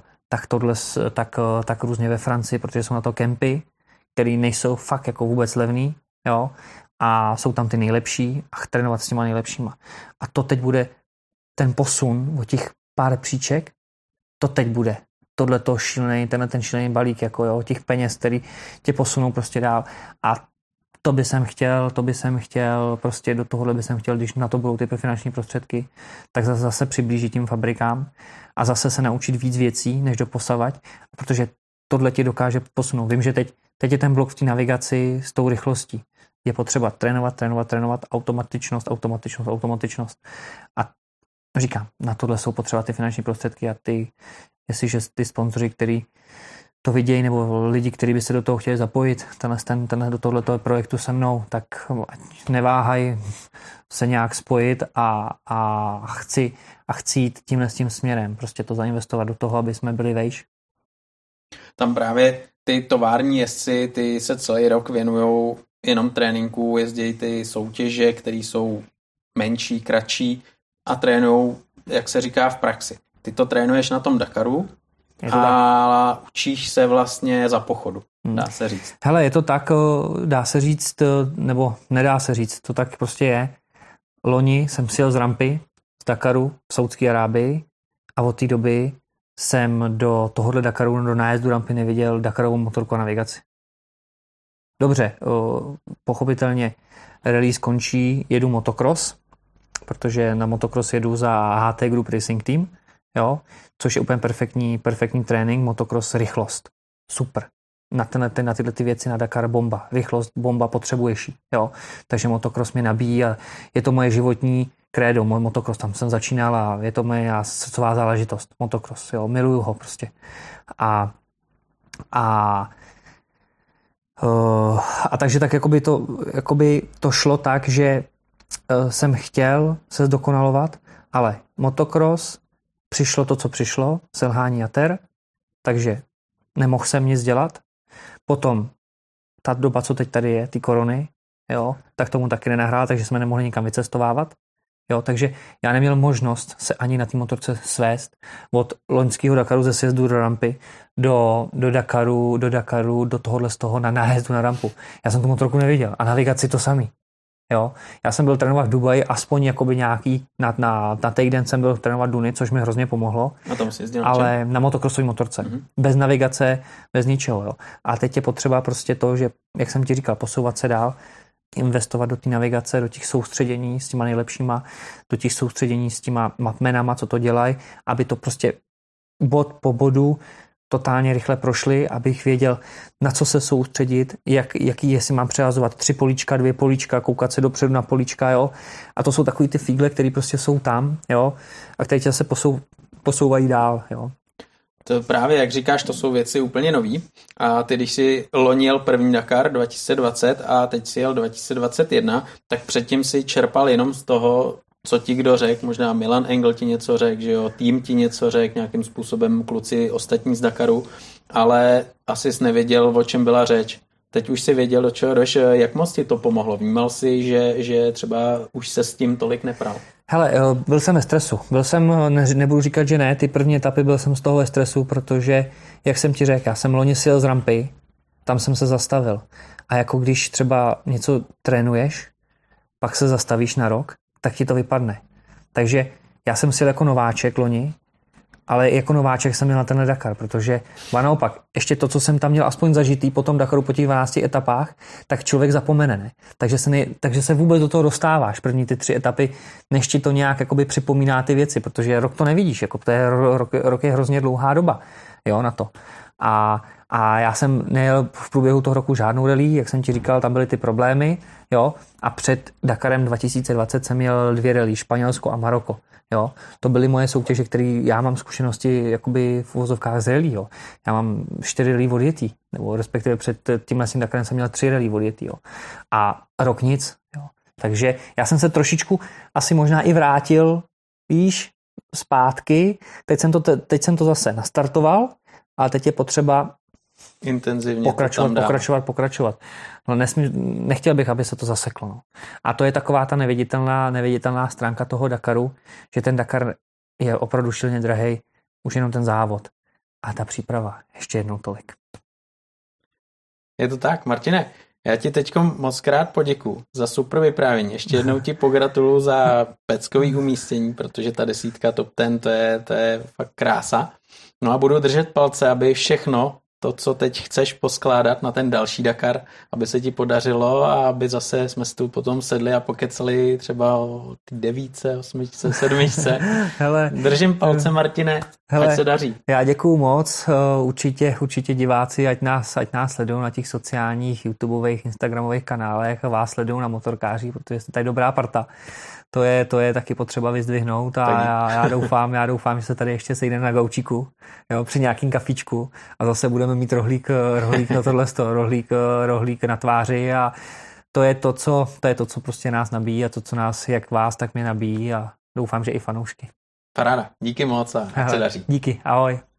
tak různě ve Francii, protože jsou na to kempy, které nejsou fakt jako vůbec levný, jo, a jsou tam ty nejlepší a trénovat s těma nejlepšíma. A to teď bude ten posun o těch pár příček, to teď bude. Tohleto šílený, ten šílený balík, jako jo, těch peněz, který tě posunou prostě dál. A to by jsem chtěl, prostě do tohohle by jsem chtěl, když na to budou ty finanční prostředky, tak zase přiblížit tím fabrikám a zase se naučit víc věcí, než doposavať, protože tohle ti dokáže posunout. Vím, že teď je ten blok v té navigaci s tou rychlostí. Je potřeba trénovat, automatičnost. A říkám, na tohle jsou potřeba ty finanční prostředky a jestliže ty sponzoři, který to vidějí, nebo lidi, kteří by se do toho chtěli zapojit, do tohletoho projektu se mnou, tak neváhají se nějak spojit a chci jít tímhle s tím směrem. Prostě to zainvestovat do toho, aby jsme byli vejš. Tam právě ty tovární jezdci, ty se celý rok věnujou jenom tréninku, jezdí ty soutěže, které jsou menší, kratší a trénujou, jak se říká, v praxi. Ty to trénuješ na tom Dakaru a učíš se vlastně za pochodu, dá se říct. Hele, je to tak, dá se říct, nebo nedá se říct, to tak prostě je. Loni jsem sjel z rampy z Dakaru v Saúdské Arábii a od té doby jsem do tohohle Dakaru, do nájezdu rampy neviděl Dakarovou motorku a navigaci. Dobře, pochopitelně rally skončí, jedu motocross, protože na motocross jedu za HT Group Racing Team, jo, což je úplně perfektní trénink, motocross rychlost. Super. na tyhle ty věci na Dakar bomba. Rychlost bomba, potřebuješ jí, jo. Takže motocross mě nabíjí a je to moje životní krédo, můj motocross, tam jsem začínal a je to moje srdcová záležitost, motocross, jo, miluju ho prostě. A takže tak jakoby to šlo tak, že jsem chtěl se zdokonalovat, ale motocross, přišlo to, co přišlo, selhání jater, takže nemohl jsem nic dělat. Potom ta doba, co teď tady je, ty korony, jo, tak tomu taky nenahrál, takže jsme nemohli nikam vycestovávat. Jo, takže já neměl možnost se ani na té motorce svést od loňského Dakaru ze sjezdu do rampy do Dakaru, do tohohle z toho na nájezdu na rampu. Já jsem tu motorku neviděl a navigaci to samý. Jo. Já jsem byl trénovat v Dubaji, aspoň jakoby nějaký, na týden jsem byl trénovat duny, což mi hrozně pomohlo. Na tom si jezdil ale na motocrossové motorce. Bez navigace, bez ničeho. Jo. A teď je potřeba prostě to, že, jak jsem ti říkal, posouvat se dál, investovat do té navigace, do těch soustředění s těma nejlepšíma, do těch soustředění s těma mapmenama, co to dělají, aby to prostě bod po bodu totálně rychle prošli, abych věděl, na co se soustředit, jestli mám přehazovat 3 políčka, 2 políčka, koukat se dopředu na políčka, jo. A to jsou takový ty fígle, které prostě jsou tam, jo, a které se posouvají dál, jo. To právě, jak říkáš, to jsou věci úplně nový. A ty, když si loni jel první Dakar 2020 a teď si jel 2021, tak předtím si čerpal jenom z toho, co ti kdo řekl, možná Milan Engel ti něco řekl, že jo, tým ti něco řekl, nějakým způsobem kluci ostatní z Dakaru, ale asi jsi nevěděl, o čem byla řeč. Teď už si věděl, do čeho jdeš, jak moc ti to pomohlo? Vnímal jsi, že třeba už se s tím tolik nepral? Hele, byl jsem ve stresu. Nebudu říkat, že ne, ty první etapy byl jsem z toho ve stresu, protože, jak jsem ti řekl, já jsem loni sjel z rampy, tam jsem se zastavil. A jako když třeba něco trénuješ, pak se zastavíš na rok, tak ti to vypadne. Takže já jsem sjel jako nováček loni, ale jako nováček jsem měl na tenhle Dakar, protože naopak, ještě to, co jsem tam měl aspoň zažitý po tom Dakaru po těch 12 etapách, tak člověk zapomene, ne? Takže se vůbec do toho dostáváš, první ty 3 etapy, než ti to nějak jakoby připomíná ty věci, protože rok to nevidíš, jako to je rok je hrozně dlouhá doba, jo, na to. A já jsem nejel v průběhu toho roku žádnou rally, jak jsem ti říkal, tam byly ty problémy, jo, a před Dakarem 2020 jsem měl 2 rally, Španělsko a Maroko, jo. To byly moje soutěže, které já mám zkušenosti jakoby v uvozovkách z rally, jo. Já mám 4 rally odjetý, nebo respektive před tímhle Dakarem jsem měl 3 rally odjetý, jo. A rok nic, jo. Takže já jsem se trošičku asi možná i vrátil, víš, zpátky, teď jsem to zase nastartoval, ale teď je potřeba intenzivně pokračovat. No nechtěl bych, aby se to zaseklo. No. A to je taková ta neviditelná stránka toho Dakaru, že ten Dakar je opravdu šilně drahej, už jenom ten závod. A ta příprava, ještě jednou tolik. Je to tak, Martine. Já ti teďkom moc krát poděkuju za super vyprávění. Ještě jednou ti pogratuluju za peckový umístění, protože ta 10 top 10, to je fakt krása. No a budu držet palce, aby všechno to, co teď chceš poskládat na ten další Dakar, aby se ti podařilo a aby zase jsme si tu potom sedli a pokecali třeba o ty 9, 8, 7. Hele, držím palce, Martine, ať se daří. Já děkuju moc, určitě diváci, ať nás sledují na těch sociálních, YouTubeových, Instagramových kanálech a vás sledují na Motorkáři, protože jste tady dobrá parta. To je taky potřeba vyzdvihnout a já doufám, že se tady ještě sejdeme na gaučíku, jo, při nějakým kafičku a zase budeme mít rohlík na tohle, rohlík na tváři a to je to, co prostě nás nabíjí a to, co nás jak vás, tak mě nabíjí a doufám, že i fanoušky. Paráda, díky moc a ať se daří. Díky, ahoj.